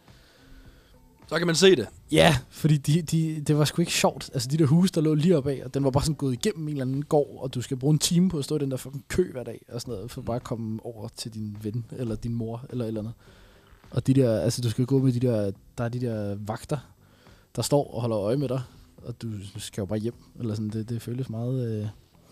Så kan man se det. ja, fordi de, de, det var sgu ikke sjovt. Altså de der huse, der lå lige oppe af, og den var bare sådan gået igennem en eller anden gård, og du skal bruge en time på at stå i den der fucking kø hver dag, og sådan noget, for bare at komme over til din ven, eller din mor, eller et eller andet. Og de der, altså du skal gå med de der, der er de der vagter, der står og holder øje med dig, og du skal jo bare hjem, eller sådan, det, det føles meget, øh,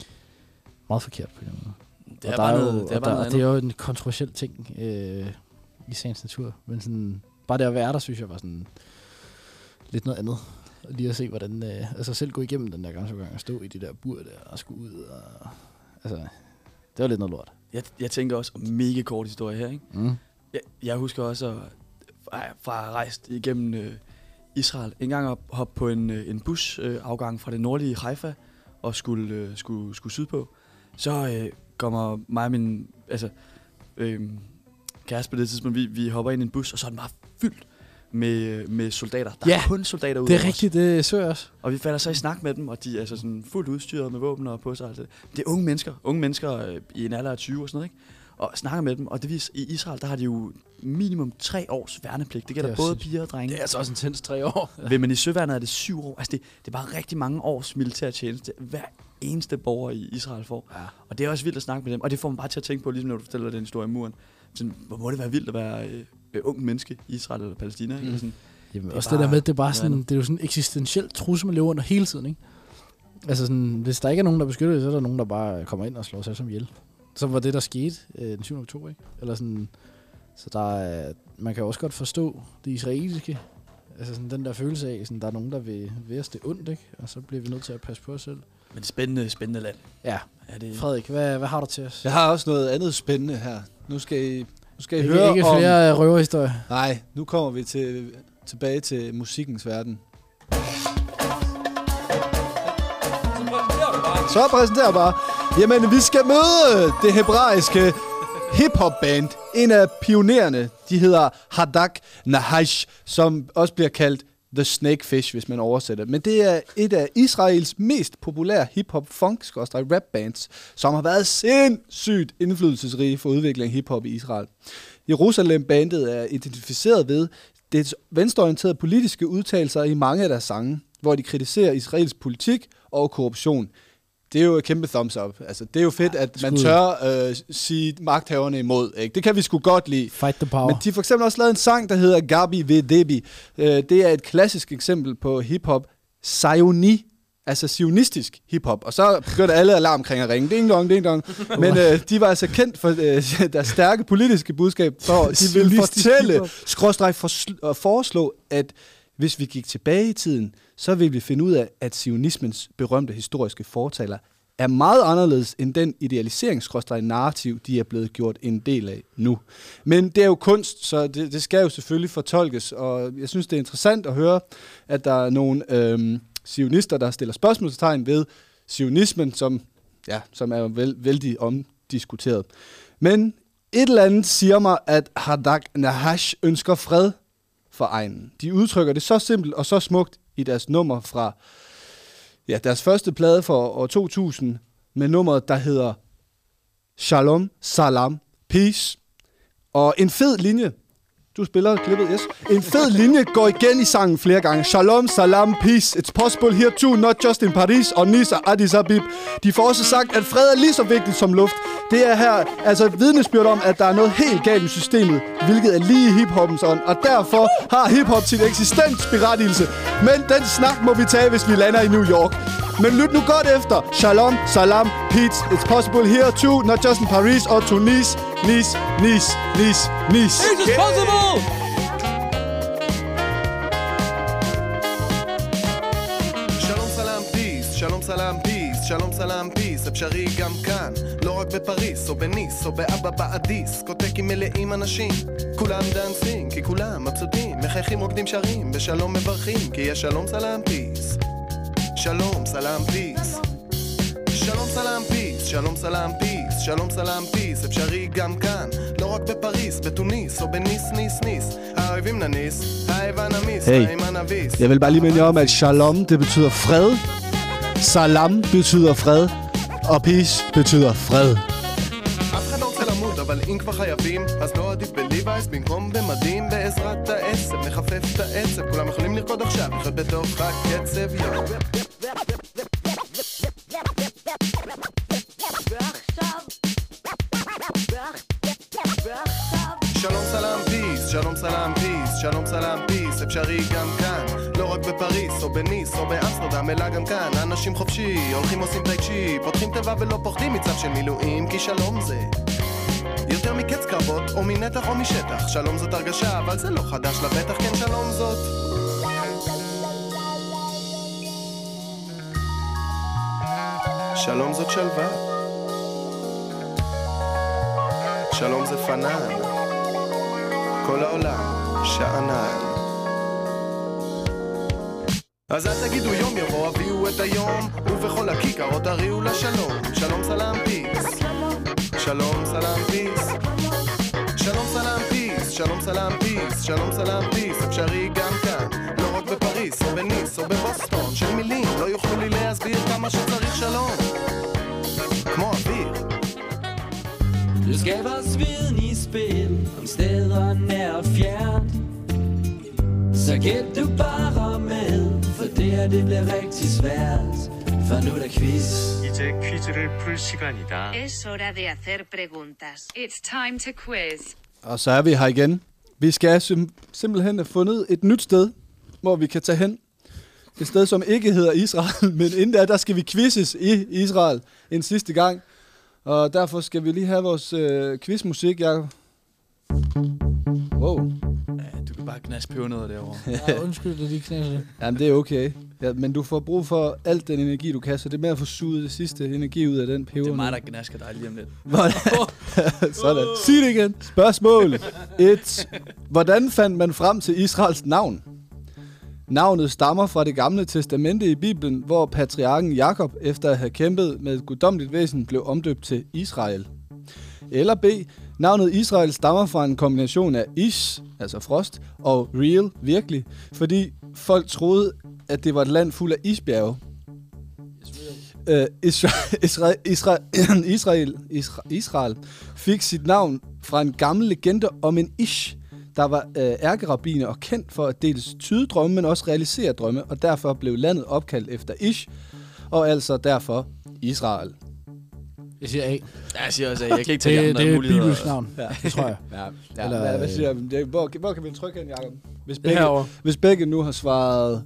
meget forkert på den måde. Det er Og bare der noget, jo, det er og bare der, noget og det er jo en kontroversiel ting øh, i sagens natur, men sådan, bare det at være der, synes jeg var sådan lidt noget andet. Og lige at se, hvordan, øh, altså selv gå igennem den der grænseovergang og stå i de der bur der og skulle ud, og, altså, det var lidt noget lort. Jeg, jeg tænker også om mega kort historie her, ikke? Mm. Jeg, jeg husker også at, fra fra at have rejst igennem øh, Israel. En gang at hoppe på en, øh, en busafgang øh, fra det nordlige Haifa og skulle, øh, skulle, skulle sydpå. Så øh, kommer mig og min altså, øh, kæreste på det tidspunkt, vi, vi hopper ind i en bus, og så er den bare fyldt med, med soldater. Der Ja, er kun soldater ude det er over os. rigtigt, det så jeg også. Og vi falder så i snak med dem, og de er altså sådan fuldt udstyret med våben og på sig. Og alt det. det er unge mennesker, unge mennesker øh, i en alder af tyve og sådan noget, ikke? Og snakker med dem, og det viser, i Israel, der har de jo minimum tre års værnepligt. Det gælder Det er både sindssygt. piger og drenge. Det er altså også intens tre år. Ja. Vil man i søværnet er det syv år. Altså det, det er bare rigtig mange års militærtjeneste, hver eneste borger i Israel får. Ja. Og det er også vildt at snakke med dem, og det får man bare til at tænke på, ligesom når du fortæller den historie i muren. Sådan, hvor må det være vildt at være øh, øh, ung menneske i Israel eller Palæstina, ikke? Mm. Sådan, Jamen, det er også bare det der med, det er bare noget sådan, andet. det er jo sådan en eksistentiel trussel, man lever under hele tiden, ikke? Altså sådan, hvis der ikke er nogen, der beskytter det, så er der nogen, der bare kommer ind og slår sig som ihjel. Så var det, der skete øh, den syvende oktober, ikke? Eller sådan, så der er, man kan også godt forstå det israelske. Altså sådan den der følelse af, sådan, der er nogen, der vil, vil os det ondt, ikke? Og så bliver vi nødt til at passe på os selv. Men spændende, spændende land. Ja. Er det... Frederik, hvad, hvad har du til os? Jeg har også noget andet spændende her. Nu skal I, nu skal I ikke, høre ikke om... flere røverhistorier. Nej, nu kommer vi til, tilbage til musikkens verden. Så præsenterer bare. Jamen, vi skal møde det hebraiske hip-hop-band. En af pionererne, de hedder Hadak Nahash, som også bliver kaldt The Snakefish, hvis man oversætter. Men det er et af Israels mest populære hip-hop-funk-rap-bands, som har været sindssygt indflydelsesrige for udviklingen af hip-hop i Israel. Jerusalem-bandet er identificeret ved dets venstreorienterede politiske udtalelser i mange af deres sange, hvor de kritiserer Israels politik og korruption. Det er jo et kæmpe thumbs up. Altså, det er jo fedt, at man tør øh, sige magthaverne imod. Ikke? Det kan vi sgu godt lide. Fight the power. Men de har for eksempel også lavet en sang, der hedder Gabi ved Debi. Øh, det er et klassisk eksempel på hiphop Zioni, altså zionistisk hiphop. Og så begyndte alle alarmkring at ringe. Ding dong, ding dong. Men øh, de var altså kendt for øh, deres stærke politiske budskab, for de ville fortælle, skråstreg for, foreslå, at hvis vi gik tilbage i tiden, så vil vi finde ud af, at zionismens berømte historiske fortaler er meget anderledes end den idealiseringsskråstreg-narrativ, de er blevet gjort en del af nu. Men det er jo kunst, så det, det skal jo selvfølgelig fortolkes, og jeg synes, det er interessant at høre, at der er nogle øhm, zionister, der stiller spørgsmålstegn ved zionismen, som, ja, som er vel, vældig omdiskuteret. Men et eller andet siger mig, at Hadak Nahash ønsker fred for egnen. De udtrykker det så simpelt og så smukt i deres nummer fra ja, deres første plade for år to tusind med nummeret, der hedder Shalom, Salam, Peace. Og en fed linje, du spiller klippet, yes. En fed linje går igen i sangen flere gange. Shalom, Salam, Peace. It's possible here too, not just in Paris og Nice og Addis Abib. De får også sagt, at fred er lige så vigtigt som luft. Det er her altså et vidnesbyrd om, at der er noget helt galt med systemet, hvilket er lige i hiphoppens ånd, og derfor har hiphop sin eksistensberettigelse. Men den snak må vi tage, hvis vi lander i New York. Men lyt nu godt efter. Shalom, Salam, Peace. It's possible here too, not just in Paris or to Nice, Nice, Nice, Nice, Nice. It is possible! Shalom, Salam, Peace. Shalom, Salam, Peace. Shalom, Salam, Peace. אפשרי גם כאן, לא רק בפריס או בניס או באבא באדיס, קוטקים מלאים אנשים, כולם דנסים כי כולם מבסוטים, מחייכים רוקדים שרים, בשלום מברכים כי יש שלום, סלאם, פיס. שלום, סלאם, פיס. שלום, סלאם, פיס. שלום, סלאם, פיס. שלום, סלאם, פיס. אפשרי גם כאן, לא רק בפריס, בתוניס או בניס, ניס, ניס. האויבים נניס, האיבה נמיס, האימה נביס. Jeg vil bare lige minde om, at shalom, det betyder fred. Salam betyder fred. Og peace betyder fred. אף אחד לא רוצה למות, אבל אם כבר חייבים, אז לא עדיף בליבייס במקום במדים, בעזרת העצב, מחפף את העצב, כולם יכולים לרקוד עכשיו, לחיות בתוך הקצב, יו. שלום סלאם פיס, שלום סלאם פיס, שלום סלאם פיס, אפשרי גם כאן, לא רק בפריס או בניס או באמסטרדם, אלא גם כאן, אנשים חופשי, הולכים עושים טאי צ'י, פותחים טבע ולא פוחדים מצב של מילואים, כי שלום זה יותר מקץ קרבות או מנתח או משטח, שלום זאת הרגשה, אבל זה לא חדש לבטח, כן שלום זאת שלום זאת שלווה, שלום זה פנן, כל העולם שענן. אז אל תגידו יום יבוא, הביאו את היום, ובכל הכיכרות תריעו לשלום. שלום סלאם פיס, שלום סלאם פיס, שלום סלאם פיס, שלום סלאם פיס, שלום סלאם פיס, אפשרי גם כאן, לא רק בפריס או בניס או בבוסטון, של מילים לא יוכלו לי להסביר כמה שצריך שלום, כמו אוויר. Du skaber sveden i spil om steder nær og fjernt. Så gæt du bare med, for det her det bliver rigtig svært. For nu er der quiz. 이제 퀴즈를 풀 시간이다. Es hora de hacer preguntas. It's time to quiz. Og så er vi her igen. Vi skal sim- simpelthen have fundet et nyt sted, hvor vi kan tage hen. Et sted, som ikke hedder Israel, men inden da, der skal vi quizzes i Israel en sidste gang. Og derfor skal vi lige have vores øh, quizmusik, Jacob. Wow. Ja, du kan bare knaske pebernødder derovre. Ja, undskyld, det lige knaser det. Jamen, det er okay. Ja, men du får brug for alt den energi, du kan, så det er med at få suget det sidste energi ud af den peber. Det er mig, der knasker dig lige om lidt. Sådan. Sig det igen. Spørgsmål et. Hvordan fandt man frem til Israels navn? Navnet stammer fra det gamle testamente i Bibelen, hvor patriarken Jakob, efter at have kæmpet med et guddommeligt væsen, blev omdøbt til Israel. Eller B. Navnet Israel stammer fra en kombination af ish, altså frost, og real, virkelig, fordi folk troede, at det var et land fuld af isbjerge. Uh, Isra- Isra- Isra- Israel, Isra- Israel fik sit navn fra en gammel legende om en ish, der var uh, ærkerabbiner og kendt for at dels tyde drømme, men også realisere drømme, og derfor blev landet opkaldt efter ish, og altså derfor Israel. Jeg siger A. Ja, jeg siger også A. Jeg kan ikke tage det, andre det er muligheder. Bibels navn, ja, det tror jeg. Ja, ja. Eller, Eller, hvad siger jeg? Hvor, hvor kan vi trykke hen, Jacob? Hvis Det begge, herovre. hvis begge nu har svaret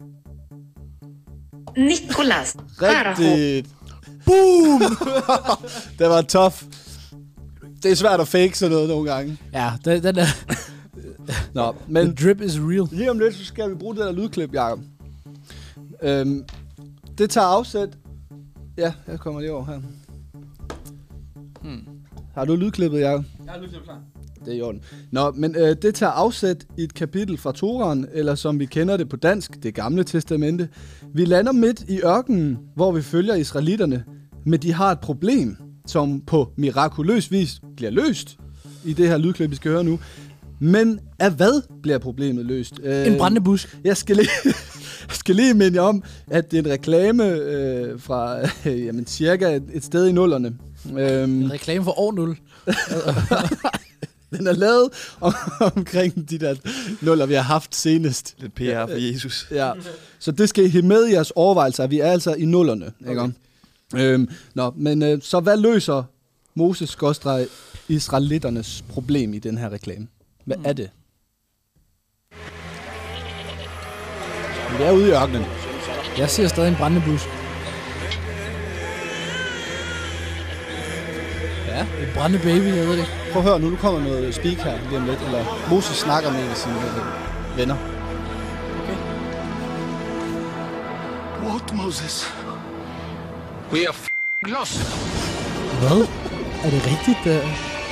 Nicolas. rigtigt. Boom! Det var tough. Det er svært at fake sådan noget nogle gange. Ja, den, den er... Nå, men The drip is real. lige om lidt, så skal vi bruge det der lydklip, Jacob. Øhm, det tager afsæt. Ja, jeg kommer lige over her. Hmm. Har du lydklippet, Jacob? Jeg har lydklippet klar. Det er i orden. Nå, men øh, det tager afsæt i et kapitel fra Toraen, eller som vi kender det på dansk, det gamle testamente. Vi lander midt i ørkenen, hvor vi følger israelitterne, men de har et problem, som på mirakuløs vis bliver løst i det her lydklip, vi skal høre nu. Men af hvad bliver problemet løst? Øh, En brændende busk. Jeg skal lige, jeg skal lige minde jer om, at det er en reklame øh, fra øh, jamen, cirka et, et sted i nullerne. Øhm, En reklame for år nul. Den er lavet om, omkring de der nuller, vi har haft senest. Lidt P R for Jesus. Ja, så det skal I have med i jeres overvejelser. Vi er altså i nullerne. Okay. Ikke? Øhm, nå, men øh, så hvad løser Moses skråstreg israelitternes problem i den her reklame? Hvad er det? Vi er ude i ørkenen. Jeg ser stadig en brændende busk. Ja. En brændende baby, jeg ved det ikke. Prøv at høre nu, nu kommer noget speak her lige om lidt. Eller Moses snakker med en af sine øh, venner. What, Moses? We are f***ing lost. Hvad? Er det rigtigt? Der?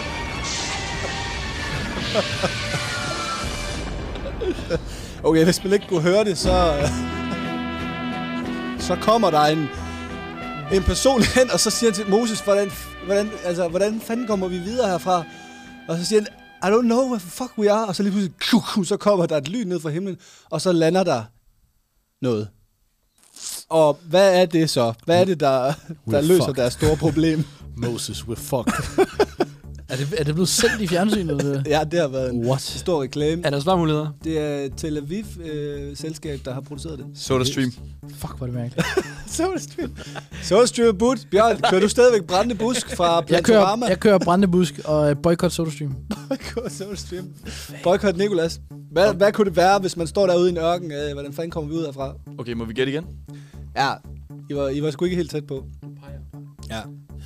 Okay, hvis man ikke kunne høre det, så... øh, så kommer der en, en person hen, og så siger han til Moses, hvordan, hvordan, altså, hvordan fanden kommer vi videre herfra? Og så siger han, I don't know where the fuck we are. Og så lige pludselig, så kommer der et lyn ned fra himlen, og så lander der noget. Og hvad er det så? Hvad er det, der, der løser fucked. deres store problem? Moses, we're fucked. er, det, er det blevet sendt i fjernsynet? Ja, det har været en What? stor reklame. Er der svarmuligheder? Det er Tel Aviv-selskab, øh, der har produceret det. SodaStream. Fuck, hvor er det mærkeligt. SodaStream. SodaStream er budt. Bjørn, kører du stadigvæk brændende busk fra jeg, Plantorama? kører, jeg kører brændende busk og boykot SodaStream. Boykot SodaStream. Boykot Nicolas. Hvad, hvad kunne det være, hvis man står derude i en ørken? Øh, hvordan fanden kommer vi ud herfra? Okay, må vi gætte igen? Ja, I var, I var sgu ikke helt tæt på. Ja.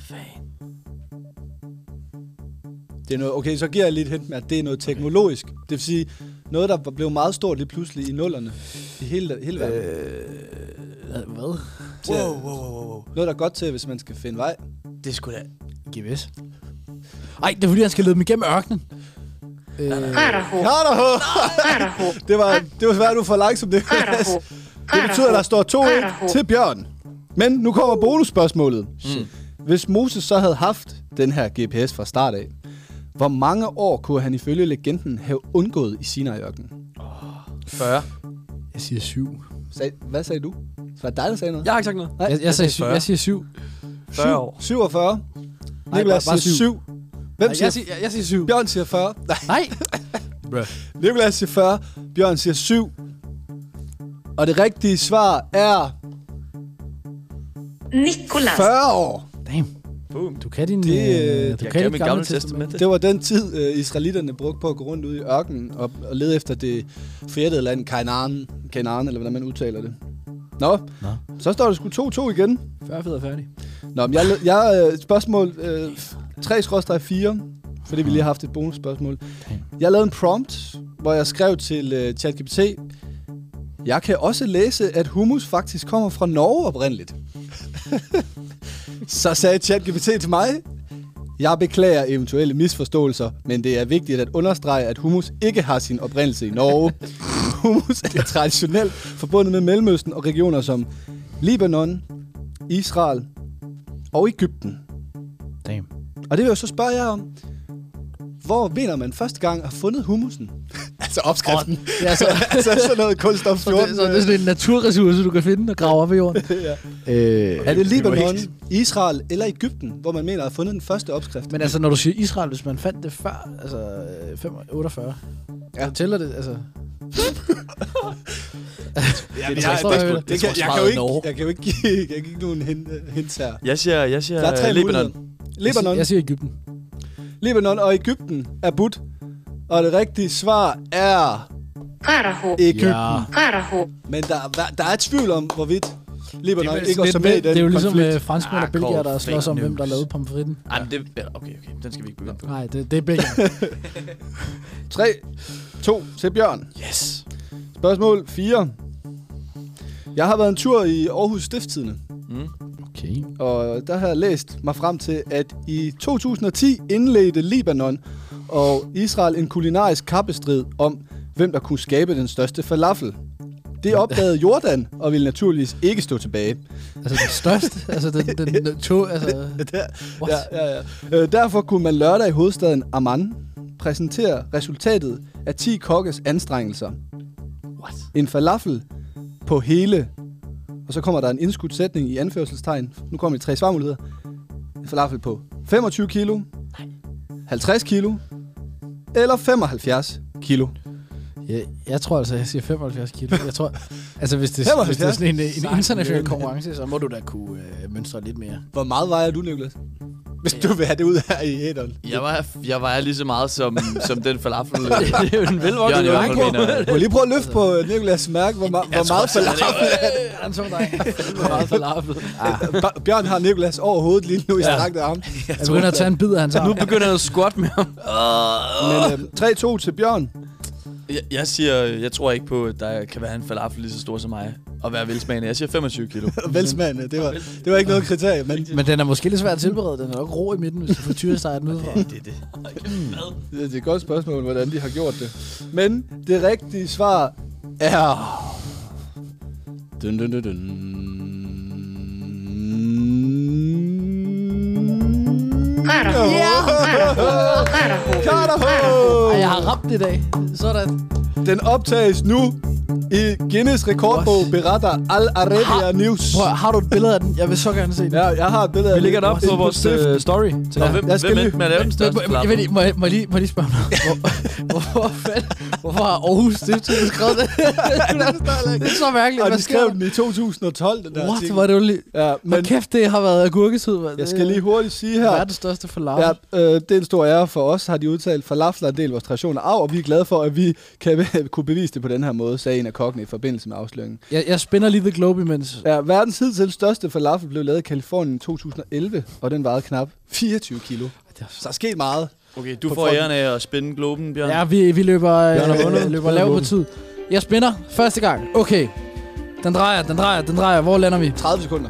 Det er noget, okay, så giver jeg lidt hint med, at det er noget teknologisk. Det vil sige, noget, der blev meget stort lige pludselig i nullerne. I hele, hele verden. Øh, hvad? Til, wow, wow, wow, wow. Noget, der er godt til, hvis man skal finde vej. Det er sgu da G V S. Ej, det er fordi, han skal lede dem igennem ørkenen. Øh, Karaho. Det var, det var svært, du for langsomt. Det, det betyder, at der står to et til Bjørn. Men nu kommer bonusspørgsmålet. Mm. Hvis Moses så havde haft den her G P S fra start af, hvor mange år kunne han ifølge legenden have undgået i Sinai-ørkenen? fyrre. Jeg siger syv. Sag, hvad sagde du? Var det dig, der sagde noget? Jeg har ikke sagt noget. Nej, Jeg, jeg, sagde syv. Jeg siger syv. fyrre år. syvogfyrre. Nej, Nicolas bare- bare siger syv. syv. Hvem Nej, siger, jeg, siger, jeg, jeg siger syv. Bjørn siger fyrre. Nej. Nej. Nicolas siger fyrre. Bjørn siger syv. Og det rigtige svar er Nicolas. fyrre år. Damn. Boom. Du kan din... Det, øh, øh, du Jeg kan kan dit mit gamle gamle testament. testamente. Det var den tid, uh, israelitterne brugte på at gå rundt ude i ørkenen og, og lede efter det forjættede land, Kanaan, Kanaan, eller hvordan man udtaler det. Nå, Nå. så står der sgu to to igen. Før fed er færdig. Nå, men jeg, jeg øh, spørgsmål øh, tre skråstreg fire, fordi vi lige har haft et bonusspørgsmål. Jeg lavede en prompt, hvor jeg skrev til øh, ChatGPT, jeg kan også læse, at hummus faktisk kommer fra Norge oprindeligt. Så sagde ChatGPT til mig, jeg beklager eventuelle misforståelser, men det er vigtigt at understrege, at hummus ikke har sin oprindelse i Norge. Hummus er traditionelt forbundet med Mellemøsten og regioner som Libanon, Israel og Egypten. Damn. Og det vil jeg så spørge jer om. Hvor mener man første gang har fundet hummusen? altså opskriften. Oh, ja, altså, altså sådan noget kulstof fjorten. Så det, så det er sådan en naturressource, du kan finde og grave op i jorden. ja. øh, er det Libanon, Israel eller Egypten, hvor man mener at have fundet den første opskrift? Men altså, når du siger Israel, hvis man fandt det før, altså otteogfyrre, ja. Så tæller det, altså... Ja, jeg, jeg, jeg, jeg, jeg, jeg, kan jo ikke, jeg kan jo ikke give, jeg kan ikke nogen hint, hints her. Jeg siger, jeg siger der er tre Libanon. Libanon. Jeg, jeg siger Egypten. Libanon og Egypten er budt. Og det rigtige svar er... Egypten. Ja. Men der, der er tvivl om, hvorvidt Libanon ikke også er med i den Det er jo ligesom konflikt. Uh, franskmænd og belgier, der slås om, hvem der lavede pomfritten. Ej, men det... Okay, okay. Den skal vi ikke begynde på. Nej, det, det er belgier. tre, to til Bjørn. Yes. Spørgsmål fire. Jeg har været en tur i Aarhus Stiftstidende. Mm. Okay. Og der har jeg læst mig frem til, at i to tusind og ti indledte Libanon og Israel en kulinarisk kappestrid om, hvem der kunne skabe den største falafel. Det opdagede Jordan, og ville naturligvis ikke stå tilbage. Altså den største? altså den, den, den to, altså... Der, ja, ja, ja. Øh, derfor kunne man lørdag i hovedstaden Amman præsentere resultatet af ti kokkes anstrengelser. What? En falafel på hele... Og så kommer der en indskudt sætning i anførselstegn. Nu kommer de tre svarmuligheder. En falafel på femogtyve kilo, halvtreds kilo eller femoghalvfjerds kilo. Ja, jeg tror altså, jeg siger femoghalvfjerds kilo. Jeg tror, altså hvis det, hvis det er sådan en, en international konkurrence, så må du da kunne øh, mønstre lidt mere. Hvor meget vejer du, Nicolas? Hvis du vil have det ud her i æderen. Jeg vejer, jeg vejer lige så meget som, som den falafel. det er jo en velvokset. Du må lige prøve at løfte på Nicolas' mærke, hvor, ma- hvor meget falafel er det. Han så dig. Hvor meget falafel. Bjørn har Nicolas over hovedet lige nu i strakte arme. Jeg begynder at tage en bid af hans arm. Nu begynder jeg at squat med ham. Men øh, tre to til Bjørn. Jeg, jeg siger, jeg tror ikke på, at der kan være en falafel lige så stor som mig. Og være velsmagende. Jeg siger femogtyve kilo. Velsmagende, det var, det var ikke noget kriterie. Men, men den er måske lidt svært at tilberede. Den er nok rå i midten, hvis du får tyresteger den ud fra. Det, det, det. det er et godt spørgsmål, hvordan de har gjort det. Men det rigtige svar er... Dun, dun, dun, dun. Karaho. Karaho. Karaho. Ej, jeg har ramt i dag. Sådan. Den optages nu i Guinness rekordbog, beretter Al Arabiya News. Prøv, har du et billede af den? Jeg vil så gerne se den. Ja, jeg har et billede af den. Vi lægger det op på vores uh, story. Til ja. Hvem, jeg skal hvem lige... med at lave den største jeg ved, må, jeg, må, jeg lige, må jeg lige spørge mig? Hvor, hvorfor, hvorfor har Aarhus Stiftstidende skrevet det? Det er så mærkeligt. Og de skrev den i to tusind og tolv, den der What? artikel. Var det jo lige... Ja, men kæft, det har været agurketid. Jeg skal lige hurtigt sige her. Verdens største falafel. Ja, øh, det er en stor ære for os, har de udtalt. Falafel er en del af vores tradition og arv, og vi er glade for, at vi kan kunne bevise det på den her måde, sagde en af kokkene i forbindelse med afsløringen. Jeg, jeg spænder lige The Globe imens. Ja, verdens hidtil største falafel blev lavet i Kalifornien i to tusind og elleve, og den vejede knap fireogtyve kilo. Så der er sket meget. Okay, du får æren af at spænde globen, Bjørn. Ja, vi, vi løber, øh, løber lav på tid. Jeg spænder første gang. Okay. Den drejer, den drejer, den drejer. Hvor lander vi? tredive sekunder.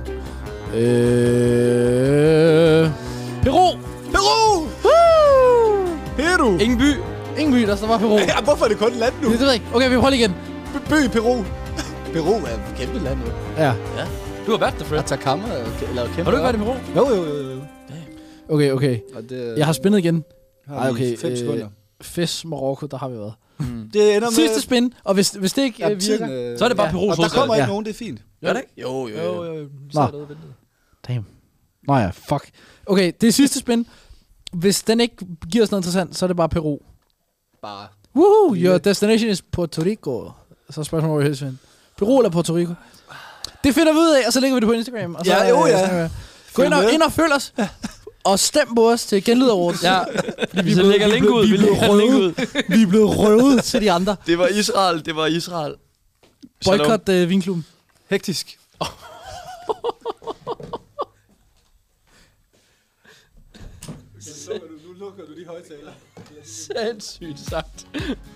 Øh... Peru! Peru! Woo! Peru! Ingen by. Ingen by, der står bare Peru. Ja, hvorfor er det kun land nu? Det ved jeg ikke. Okay, vi prøver lige igen. By i Peru. Peru er et kæmpe land nu. Ja. Ja. Du har været der, Fred. Atacama er lavet kæmpe. Har du ikke været i Peru? Jo, jo, jo, jo. Okay, okay. Det, jeg har spændet igen. Ej, okay. fem sekunder. Øh, Fes, Marokko, der har vi været. Mm. Det ender med... Sidste spin, og hvis, hvis det ikke ja, øh, virker... Øh, så er det bare ja. Perus. Og der kommer ikke ja. nogen, det er fint. Gør det ikke? Jo, jo, jo. jo, jo. Nå. Damn. Nå ja, fuck. Okay, det er sidste spin. Hvis den ikke giver os noget interessant, så er det bare Peru. Bare. Woohoo, your destination is Puerto Rico. Så spørgsmålet over helst, Peru eller Puerto Rico? Det finder vi ud af, og så lægger vi det på Instagram. Og så, ja, jo, ja. Øh, gå ind og, ind og følg os. Og stem på os til Genlyd Awards. Ja, vi, vi lægger link ud. Vi, vi, vi er blevet røvet til de andre. Det var Israel, det var Israel. Boykot uh, vinklubben. Hektisk. Sindssygt sagt.